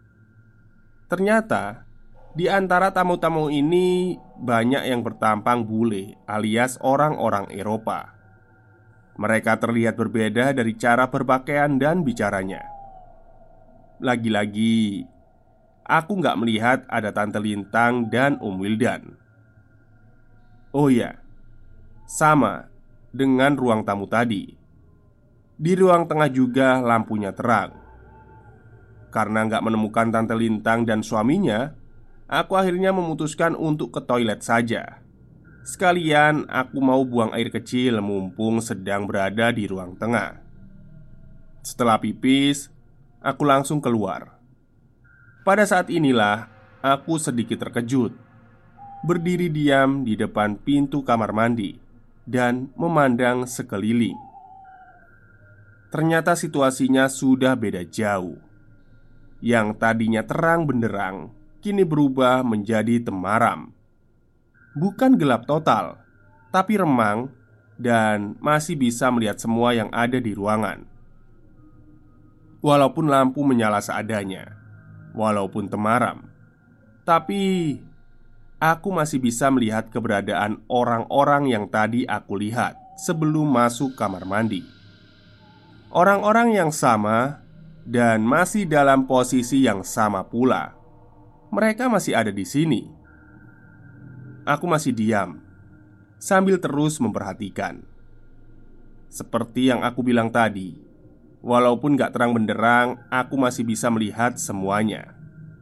Ternyata di antara tamu-tamu ini banyak yang bertampang bule alias orang-orang Eropa. Mereka terlihat berbeda dari cara berpakaian dan bicaranya. Lagi-lagi, aku gak melihat ada Tante Lintang dan Om Wildan. Oh ya, sama dengan ruang tamu tadi. Di ruang tengah juga lampunya terang. Karena gak menemukan Tante Lintang dan suaminya, aku akhirnya memutuskan untuk ke toilet saja. Sekalian aku mau buang air kecil mumpung sedang berada di ruang tengah. Setelah pipis, aku langsung keluar. Pada saat inilah aku sedikit terkejut, berdiri diam di depan pintu kamar mandi dan memandang sekeliling. Ternyata situasinya sudah beda jauh. Yang tadinya terang benderang kini berubah menjadi temaram. Bukan gelap total, tapi remang dan masih bisa melihat semua yang ada di ruangan. Walaupun lampu menyala seadanya, walaupun temaram, tapi aku masih bisa melihat keberadaan orang-orang yang tadi aku lihat sebelum masuk kamar mandi. Orang-orang yang sama dan masih dalam posisi yang sama pula. Mereka masih ada di sini. Aku masih diam sambil terus memperhatikan. Seperti yang aku bilang tadi, walaupun gak terang benderang, aku masih bisa melihat semuanya.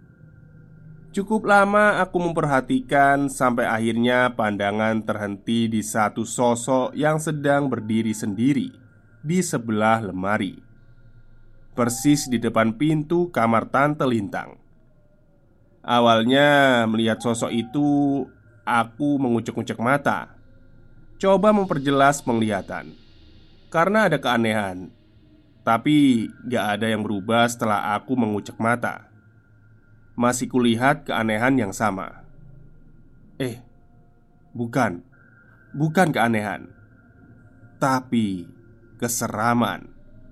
Cukup lama aku memperhatikan sampai akhirnya pandangan terhenti di satu sosok yang sedang berdiri sendiri di sebelah lemari, persis di depan pintu kamar Tante Lintang. Awalnya melihat sosok itu, aku mengucek-ucek mata, coba memperjelas penglihatan, karena ada keanehan. Tapi gak ada yang berubah setelah aku mengucek mata. Masih kulihat keanehan yang sama. Eh, bukan Bukan keanehan, tapi keseraman.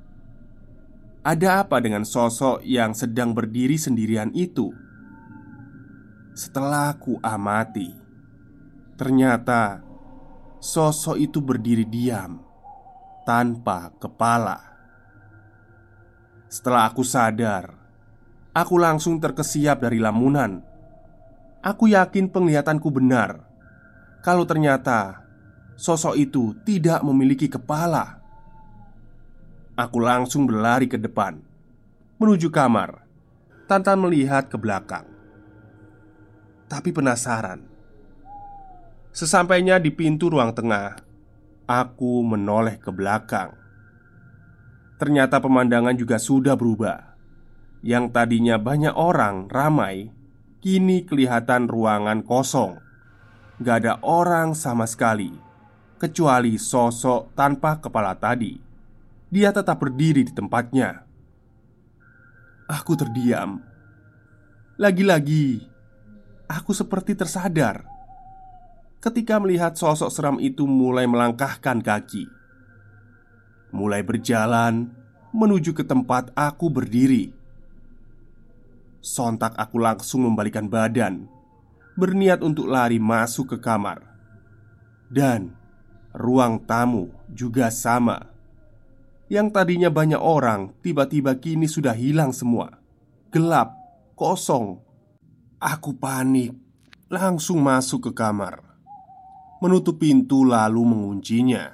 Ada apa dengan sosok yang sedang berdiri sendirian itu? Setelah ku amati, ternyata sosok itu berdiri diam, tanpa kepala. Setelah aku sadar, aku langsung terkesiap dari lamunan. Aku yakin penglihatanku benar. Kalau ternyata sosok itu tidak memiliki kepala. Aku langsung berlari ke depan, menuju kamar, tanpa melihat ke belakang. Tapi penasaran. Sesampainya di pintu ruang tengah, aku menoleh ke belakang. Ternyata pemandangan juga sudah berubah. Yang tadinya banyak orang ramai, kini kelihatan ruangan kosong. Gak ada orang sama sekali, kecuali sosok tanpa kepala tadi. Dia tetap berdiri di tempatnya. Aku terdiam. Lagi-lagi aku seperti tersadar ketika melihat sosok seram itu mulai melangkahkan kaki, mulai berjalan menuju ke tempat aku berdiri. Sontak aku langsung membalikkan badan, berniat untuk lari masuk ke kamar. Dan ruang tamu juga sama. Yang tadinya banyak orang, tiba-tiba kini sudah hilang semua. Gelap, kosong. Aku panik, langsung masuk ke kamar, menutup pintu lalu menguncinya.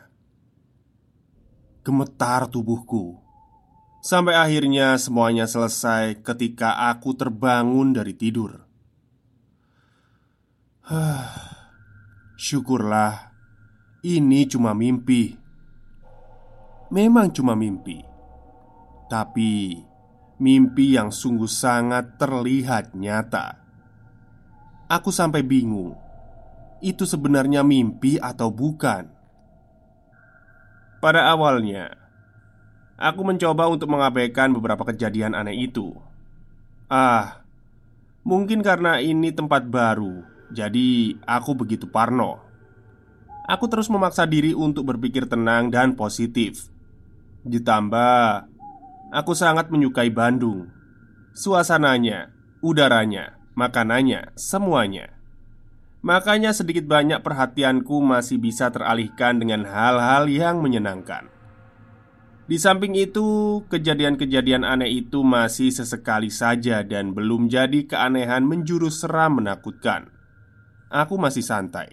Gemetar tubuhku. Sampai akhirnya semuanya selesai ketika aku terbangun dari tidur. Syukurlah, ini cuma mimpi. Memang cuma mimpi, tapi mimpi yang sungguh sangat terlihat nyata. Aku sampai bingung, itu sebenarnya mimpi atau bukan. Pada awalnya, aku mencoba untuk mengabaikan beberapa kejadian aneh itu. Ah, mungkin karena ini tempat baru, jadi aku begitu parno. Aku terus memaksa diri untuk berpikir tenang dan positif. Ditambah, aku sangat menyukai Bandung. Suasananya, udaranya, makanannya, semuanya. Makanya sedikit banyak perhatianku masih bisa teralihkan dengan hal-hal yang menyenangkan. Di samping itu, kejadian-kejadian aneh itu masih sesekali saja dan belum jadi keanehan menjurus seram menakutkan. Aku masih santai.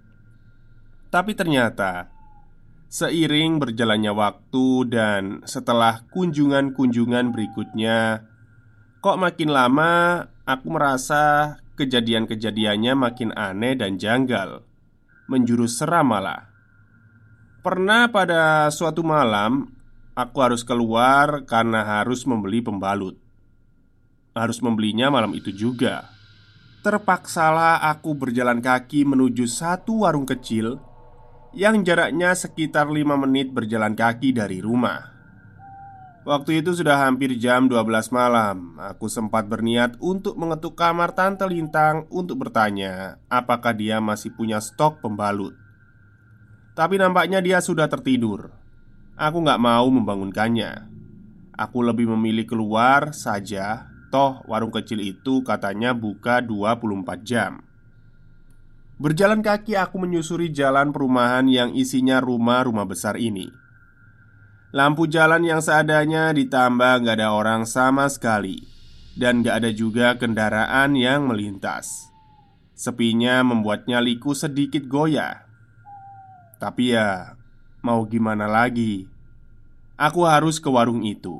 Tapi ternyata seiring berjalannya waktu dan setelah kunjungan-kunjungan berikutnya, kok makin lama aku merasa kejadian-kejadiannya makin aneh dan janggal, menjurus seram malah. Pernah pada suatu malam, aku harus keluar karena harus membeli pembalut. Harus membelinya malam itu juga. Terpaksalah aku berjalan kaki menuju satu warung kecil yang jaraknya sekitar lima menit berjalan kaki dari rumah. Waktu itu sudah hampir jam dua belas malam. Aku sempat berniat untuk mengetuk kamar Tante Lintang untuk bertanya apakah dia masih punya stok pembalut. Tapi nampaknya dia sudah tertidur. Aku gak mau membangunkannya. Aku lebih memilih keluar saja. Toh warung kecil itu katanya buka dua puluh empat jam. Berjalan kaki aku menyusuri jalan perumahan yang isinya rumah-rumah besar ini. Lampu jalan yang seadanya ditambah gak ada orang sama sekali. Dan gak ada juga kendaraan yang melintas. Sepinya membuat nyaliku sedikit goyah. Tapi ya, mau gimana lagi? Aku harus ke warung itu.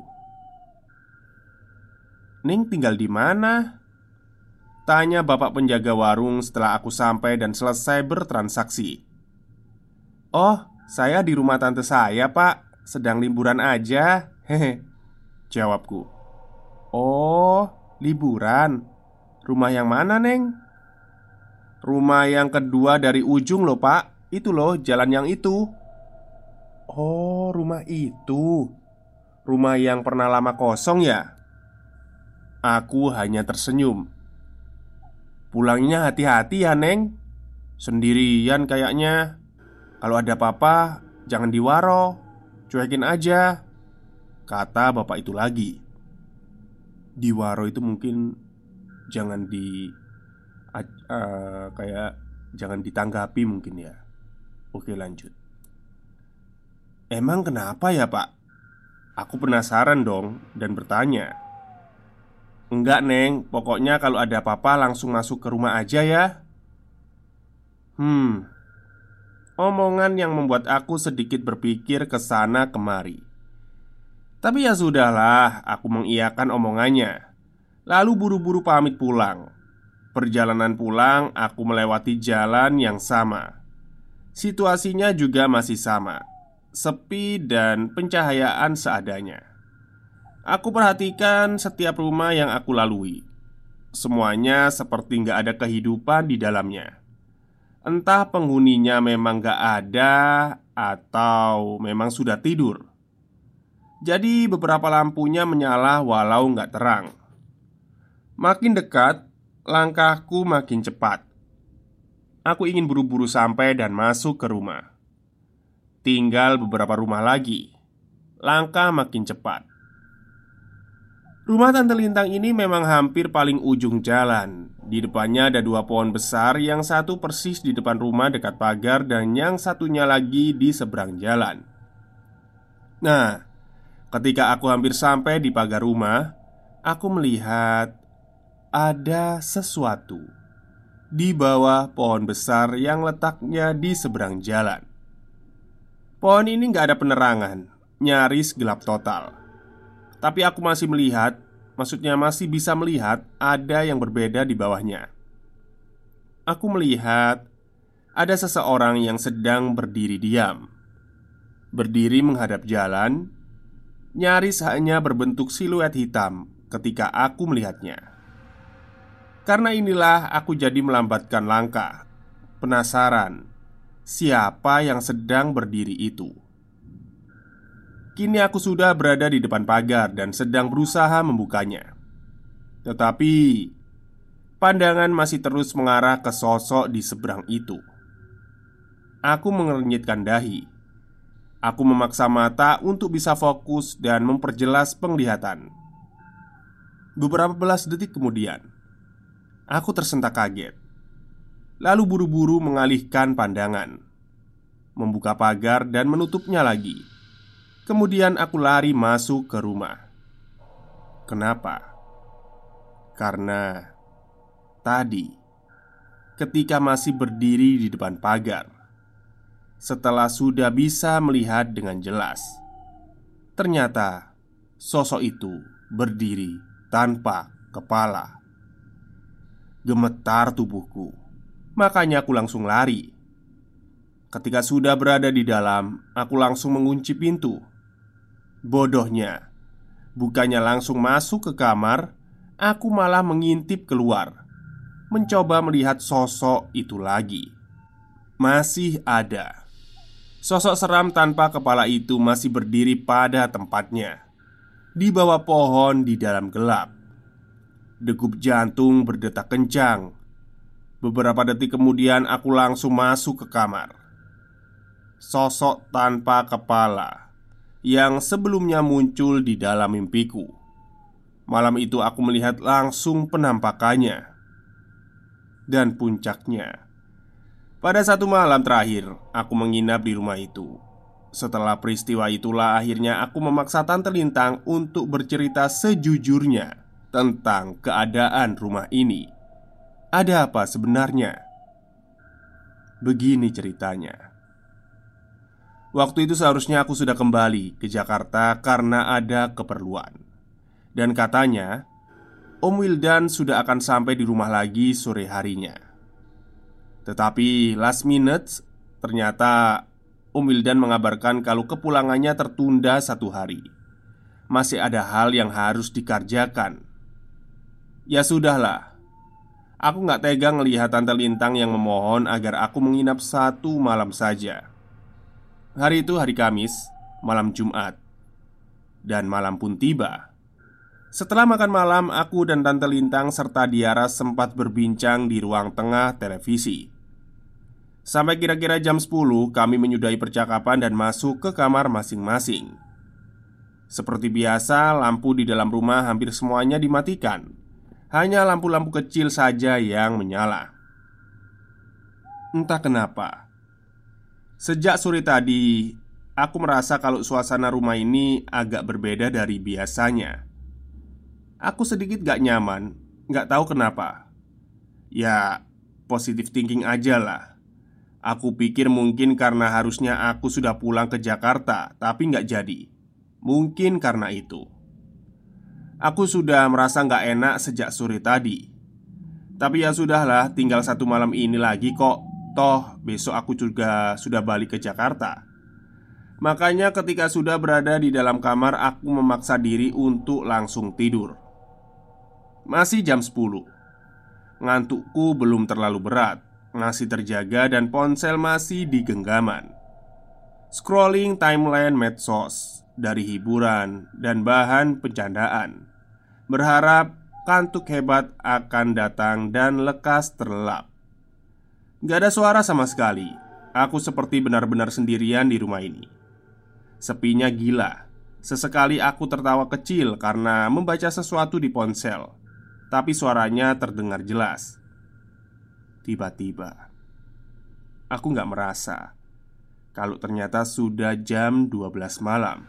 "Ning tinggal di mana?" tanya bapak penjaga warung setelah aku sampai dan selesai bertransaksi. "Oh, saya di rumah tante saya, Pak. Sedang liburan aja." "Hehe," jawabku. "Oh, liburan. Rumah yang mana, Neng?" "Rumah yang kedua dari ujung loh, Pak. Itu loh, jalan yang itu." "Oh, rumah itu. Rumah yang pernah lama kosong ya?" Aku hanya tersenyum. "Pulangnya hati-hati ya, Neng. Sendirian kayaknya. Kalau ada apa-apa, jangan diwaro. Cuekin aja," kata bapak itu lagi. Diwaro itu mungkin jangan di uh, kayak jangan ditanggapi mungkin ya. Oke, lanjut. "Emang kenapa ya, Pak?" Aku penasaran dong dan bertanya. "Enggak, Neng. Pokoknya kalau ada apa-apa langsung masuk ke rumah aja ya." Hmm Omongan yang membuat aku sedikit berpikir ke sana kemari. Tapi ya sudahlah, aku mengiyakan omongannya. Lalu buru-buru pamit pulang. Perjalanan pulang, aku melewati jalan yang sama. Situasinya juga masih sama, sepi dan pencahayaan seadanya. Aku perhatikan setiap rumah yang aku lalui. Semuanya seperti gak ada kehidupan di dalamnya. Entah penghuninya memang gak ada atau memang sudah tidur. Jadi beberapa lampunya menyala walau gak terang. Makin dekat, langkahku makin cepat. Aku ingin buru-buru sampai dan masuk ke rumah. Tinggal beberapa rumah lagi. Langkah makin cepat. Rumah Tante Lintang ini memang hampir paling ujung jalan. Di depannya ada dua pohon besar, yang satu persis di depan rumah dekat pagar dan yang satunya lagi di seberang jalan. Nah, ketika aku hampir sampai di pagar rumah, aku melihat ada sesuatu di bawah pohon besar yang letaknya di seberang jalan. Pohon ini gak ada penerangan, nyaris gelap total. Tapi aku masih melihat, maksudnya masih bisa melihat ada yang berbeda di bawahnya. aku melihat ada seseorang yang sedang berdiri diam. Berdiri menghadap jalan, nyaris hanya berbentuk siluet hitam ketika aku melihatnya. Karena inilah aku jadi melambatkan langkah, penasaran siapa yang sedang berdiri itu. Kini aku sudah berada di depan pagar dan sedang berusaha membukanya. Tetapi pandangan masih terus mengarah ke sosok di seberang itu. Aku mengernyitkan dahi. Aku memaksa mata untuk bisa fokus dan memperjelas penglihatan. Beberapa belas detik kemudian, aku tersentak kaget. Lalu buru-buru mengalihkan pandangan, membuka pagar dan menutupnya lagi. Kemudian aku lari masuk ke rumah. Kenapa? Karena tadi, ketika masih berdiri di depan pagar, setelah sudah bisa melihat dengan jelas, ternyata sosok itu berdiri tanpa kepala. Gemetar tubuhku, makanya aku langsung lari. Ketika sudah berada di dalam, aku langsung mengunci pintu. Bodohnya, bukannya langsung masuk ke kamar, aku malah mengintip keluar, mencoba melihat sosok itu lagi. Masih ada. Sosok seram tanpa kepala itu masih berdiri pada tempatnya, di bawah pohon di dalam gelap. Degup jantung berdetak kencang. Beberapa detik kemudian aku langsung masuk ke kamar. Sosok tanpa kepala yang sebelumnya muncul di dalam mimpiku. Malam itu aku melihat langsung penampakannya. Dan puncaknya, pada satu malam terakhir aku menginap di rumah itu. Setelah peristiwa itulah akhirnya aku memaksa Tante Lintang untuk bercerita sejujurnya tentang keadaan rumah ini. Ada apa sebenarnya? Begini ceritanya. Waktu itu seharusnya aku sudah kembali ke Jakarta karena ada keperluan. Dan katanya Om Wildan sudah akan sampai di rumah lagi sore harinya. Tetapi last minute ternyata Om Wildan mengabarkan kalau kepulangannya tertunda satu hari. Masih ada hal yang harus dikerjakan. Ya sudahlah, aku gak tega ngelihat Tante Lintang yang memohon agar aku menginap satu malam saja. Hari itu hari Kamis, malam Jumat. Dan malam pun tiba. Setelah makan malam, aku dan Tante Lintang serta Diara sempat berbincang di ruang tengah televisi. Sampai kira-kira jam sepuluh kami menyudahi percakapan dan masuk ke kamar masing-masing. Seperti biasa, lampu di dalam rumah hampir semuanya dimatikan. Hanya lampu-lampu kecil saja yang menyala. Entah kenapa, sejak sore tadi, aku merasa kalau suasana rumah ini agak berbeda dari biasanya. Aku sedikit gak nyaman, gak tahu kenapa. Ya, positive thinking aja lah. Aku pikir mungkin karena harusnya aku sudah pulang ke Jakarta, tapi gak jadi. Mungkin karena itu. Aku sudah merasa gak enak sejak sore tadi. Tapi ya sudahlah, tinggal satu malam ini lagi kok. Toh besok aku juga sudah balik ke Jakarta. Makanya ketika sudah berada di dalam kamar, aku memaksa diri untuk langsung tidur. Masih jam sepuluh. Ngantukku belum terlalu berat, masih terjaga dan ponsel masih di genggaman. Scrolling timeline medsos, dari hiburan dan bahan pencandaan, berharap kantuk hebat akan datang dan lekas terlelap. Gak ada suara sama sekali. Aku seperti benar-benar sendirian di rumah ini. Sepinya gila. Sesekali aku tertawa kecil karena membaca sesuatu di ponsel, tapi suaranya terdengar jelas. Tiba-tiba aku gak merasa kalau ternyata sudah jam dua belas malam.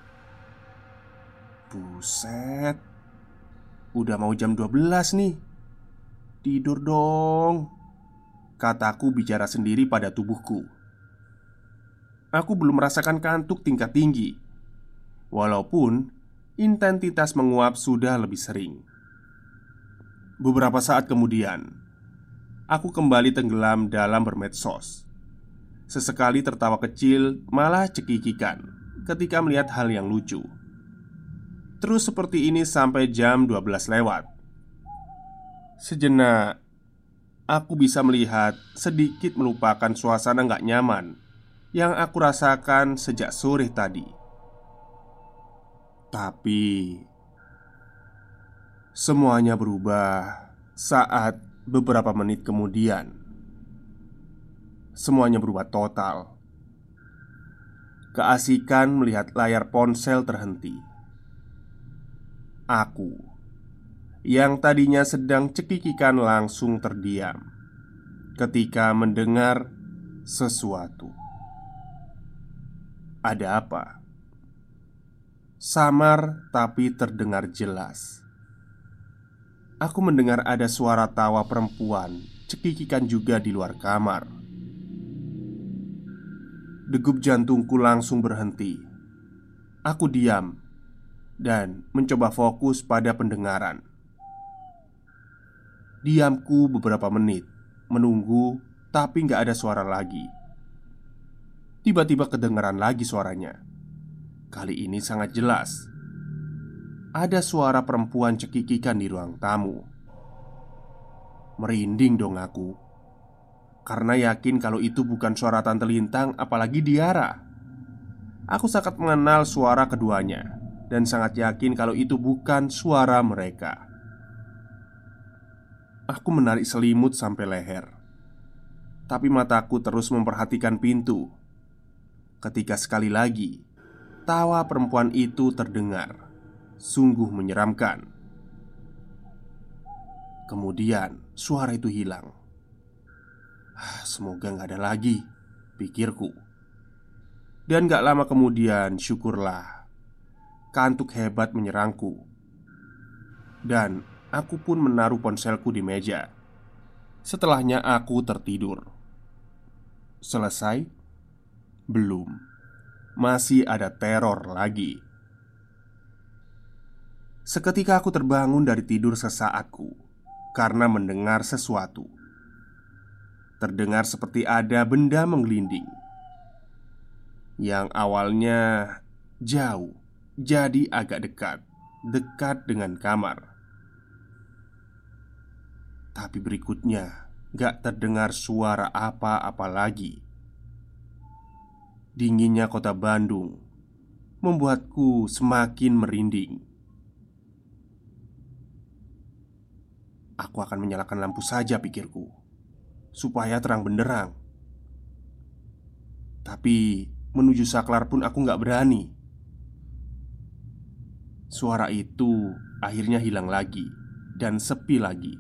Buset, udah mau jam dua belas nih. Tidur dong, kataku bicara sendiri pada tubuhku. Aku belum merasakan kantuk tingkat tinggi, walaupun intensitas menguap sudah lebih sering. Beberapa saat kemudian, aku kembali tenggelam dalam bermedsos. Sesekali tertawa kecil, malah cekikikan ketika melihat hal yang lucu. Terus seperti ini sampai jam dua belas lewat. Sejenak, aku bisa melihat sedikit melupakan suasana gak nyaman yang aku rasakan sejak sore tadi. Tapi semuanya berubah saat beberapa menit kemudian. Semuanya berubah total. Keasikan melihat layar ponsel terhenti. Aku yang tadinya sedang cekikikan langsung terdiam ketika mendengar sesuatu. Ada apa? Samar tapi terdengar jelas. Aku mendengar ada suara tawa perempuan cekikikan juga di luar kamar. Degup jantungku langsung berhenti. Aku diam dan mencoba fokus pada pendengaran. Diamku beberapa menit, menunggu, tapi gak ada suara lagi. Tiba-tiba kedengaran lagi suaranya. Kali ini sangat jelas. Ada suara perempuan cekikikan di ruang tamu. Merinding dong aku, karena yakin kalau itu bukan suara Tante Lintang, apalagi Diara. Aku sangat mengenal suara keduanya dan sangat yakin kalau itu bukan suara mereka. Aku menarik selimut sampai leher, tapi mataku terus memperhatikan pintu. Ketika sekali lagi tawa perempuan itu terdengar, sungguh menyeramkan. Kemudian suara itu hilang. ah, Semoga gak ada lagi, pikirku. Dan gak lama kemudian, syukurlah, kantuk hebat menyerangku. Dan aku pun menaruh ponselku di meja. Setelahnya aku tertidur. Selesai? Belum. Masih ada teror lagi. Seketika aku terbangun dari tidur sesaatku karena mendengar sesuatu. Terdengar seperti ada benda menggelinding. Yang awalnya jauh, jadi agak dekat. Dekat dengan kamar. Tapi berikutnya gak terdengar suara apa-apa lagi. Dinginnya kota Bandung membuatku semakin merinding. Aku akan menyalakan lampu saja, pikirku, supaya terang benderang. Tapi menuju saklar pun aku gak berani. Suara itu akhirnya hilang lagi dan sepi lagi.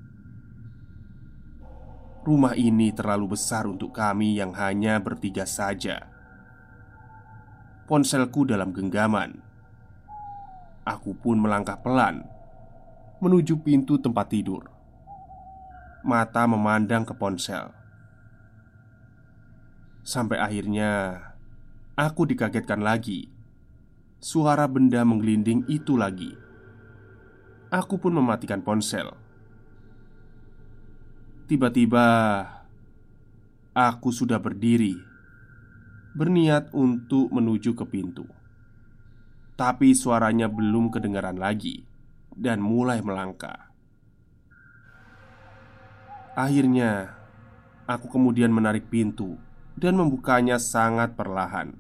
Rumah ini terlalu besar untuk kami yang hanya bertiga saja. Ponselku dalam genggaman. Aku pun melangkah pelan menuju pintu tempat tidur. Mata memandang ke ponsel. Sampai akhirnya aku dikagetkan lagi. Suara benda menggelinding itu lagi. Aku pun mematikan ponsel. Tiba-tiba aku sudah berdiri, berniat untuk menuju ke pintu. Tapi suaranya belum kedengaran lagi dan mulai melangkah. Akhirnya aku kemudian menarik pintu dan membukanya sangat perlahan.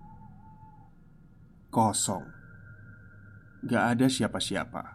Kosong. Gak ada siapa-siapa.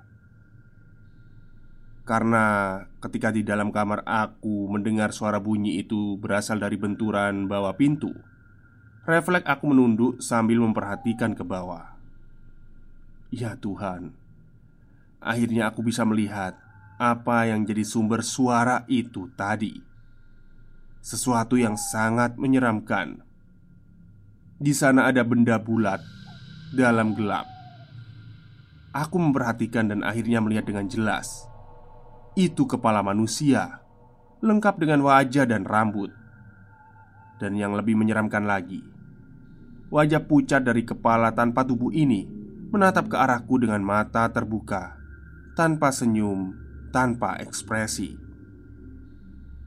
Karena ketika di dalam kamar aku mendengar suara bunyi itu berasal dari benturan bawah pintu, refleks aku menunduk sambil memperhatikan ke bawah. Ya Tuhan, akhirnya aku bisa melihat apa yang jadi sumber suara itu tadi. Sesuatu yang sangat menyeramkan. Di sana ada benda bulat dalam gelap. Aku memperhatikan dan akhirnya melihat dengan jelas. Itu kepala manusia, lengkap dengan wajah dan rambut. Dan yang lebih menyeramkan lagi, wajah pucat dari kepala tanpa tubuh ini menatap ke arahku dengan mata terbuka, tanpa senyum, tanpa ekspresi.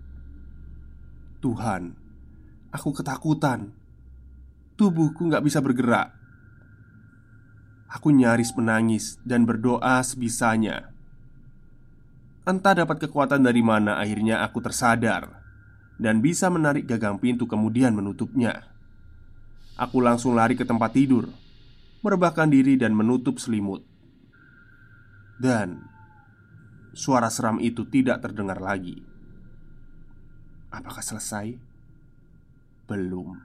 Tuhan, aku ketakutan. Tubuhku gak bisa bergerak. Aku nyaris menangis dan berdoa sebisanya. Entah dapat kekuatan dari mana, akhirnya aku tersadar dan bisa menarik gagang pintu kemudian menutupnya. Aku langsung lari ke tempat tidur, merebahkan diri dan menutup selimut. Dan suara seram itu tidak terdengar lagi. Apakah selesai? Belum.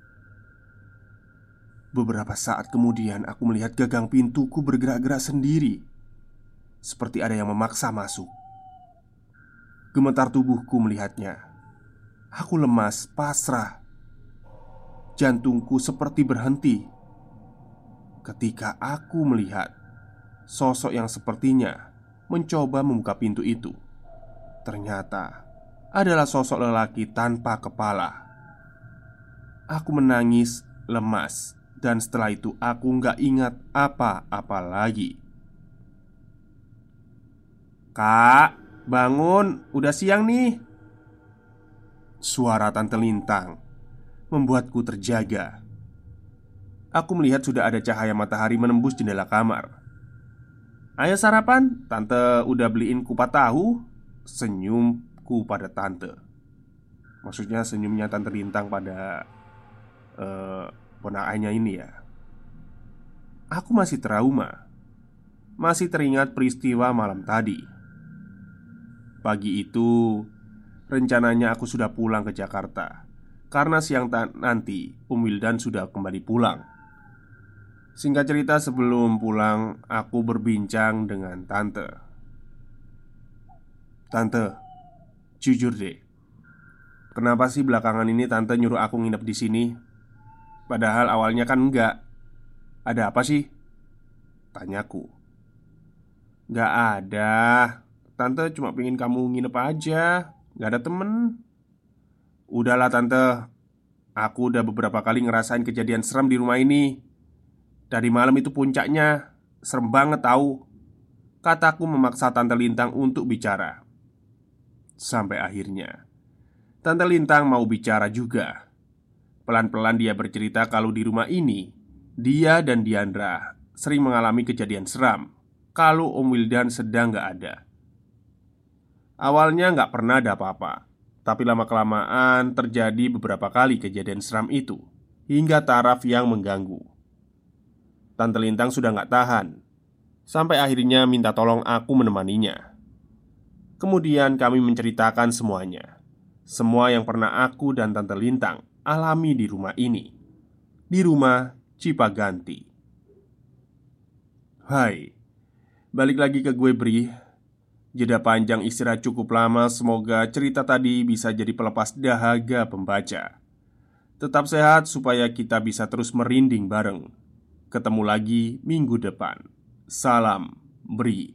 Beberapa saat kemudian aku melihat gagang pintuku bergerak-gerak sendiri, seperti ada yang memaksa masuk. Gemetar tubuhku melihatnya. Aku lemas, pasrah. Jantungku seperti berhenti ketika aku melihat sosok yang sepertinya mencoba membuka pintu itu. Ternyata adalah sosok lelaki tanpa kepala. Aku menangis lemas, dan setelah itu aku nggak ingat apa-apa lagi. "Kak, bangun, udah siang nih," suara Tante Lintang membuatku terjaga. Aku melihat sudah ada cahaya matahari menembus jendela kamar. "Ayo sarapan, Tante udah beliin kupat tahu," senyumku pada Tante. Maksudnya senyumnya Tante Lintang pada uh, ponakannya ini ya. Aku masih trauma. Masih teringat peristiwa malam tadi. Pagi itu rencananya aku sudah pulang ke Jakarta, karena siang nanti Om Wildan sudah kembali pulang. Singkat cerita, sebelum pulang aku berbincang dengan Tante. "Tante, jujur deh, kenapa sih belakangan ini Tante nyuruh aku nginep di sini? Padahal awalnya kan enggak. Ada apa sih?" tanyaku. "Nggak ada. Tante cuma pengen kamu nginep aja. Nggak ada temen." "Udahlah Tante, aku udah beberapa kali ngerasain kejadian serem di rumah ini. Dari malam itu puncaknya serem banget tahu," kataku memaksa Tante Lintang untuk bicara. Sampai akhirnya Tante Lintang mau bicara juga. Pelan-pelan dia bercerita kalau di rumah ini dia dan Diandra sering mengalami kejadian seram kalau Om Wildan sedang gak ada. Awalnya gak pernah ada apa-apa, tapi lama-kelamaan terjadi beberapa kali kejadian seram itu, hingga taraf yang mengganggu. Tante Lintang sudah gak tahan, sampai akhirnya minta tolong aku menemaninya. Kemudian kami menceritakan semuanya, semua yang pernah aku dan Tante Lintang alami di rumah ini, di rumah Cipaganti. Hai, balik lagi ke gue Bri. Jeda panjang istirahat cukup lama. Semoga cerita tadi bisa jadi pelepas dahaga pembaca. Tetap sehat supaya kita bisa terus merinding bareng. Ketemu lagi minggu depan. Salam Bri.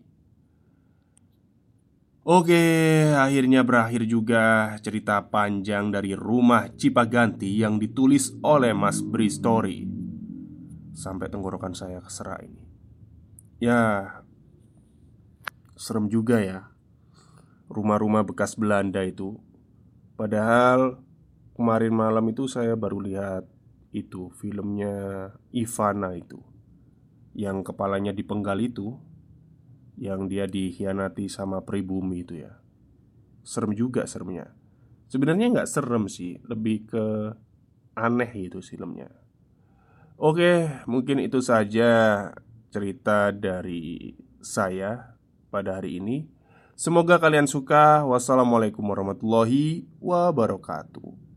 Oke, akhirnya berakhir juga cerita panjang dari Rumah Cipaganti yang ditulis oleh Mas Bri Story. Sampai tenggorokan saya keserak ini. Ya, serem juga ya, rumah-rumah bekas Belanda itu. Padahal kemarin malam itu saya baru lihat itu filmnya Ivana itu, yang kepalanya dipenggal itu, yang dia dikhianati sama pribumi itu ya. Serem juga seremnya. Sebenarnya nggak serem sih, lebih ke aneh gitu filmnya. Oke, mungkin itu saja cerita dari saya pada hari ini. Semoga kalian suka. Wassalamualaikum warahmatullahi wabarakatuh.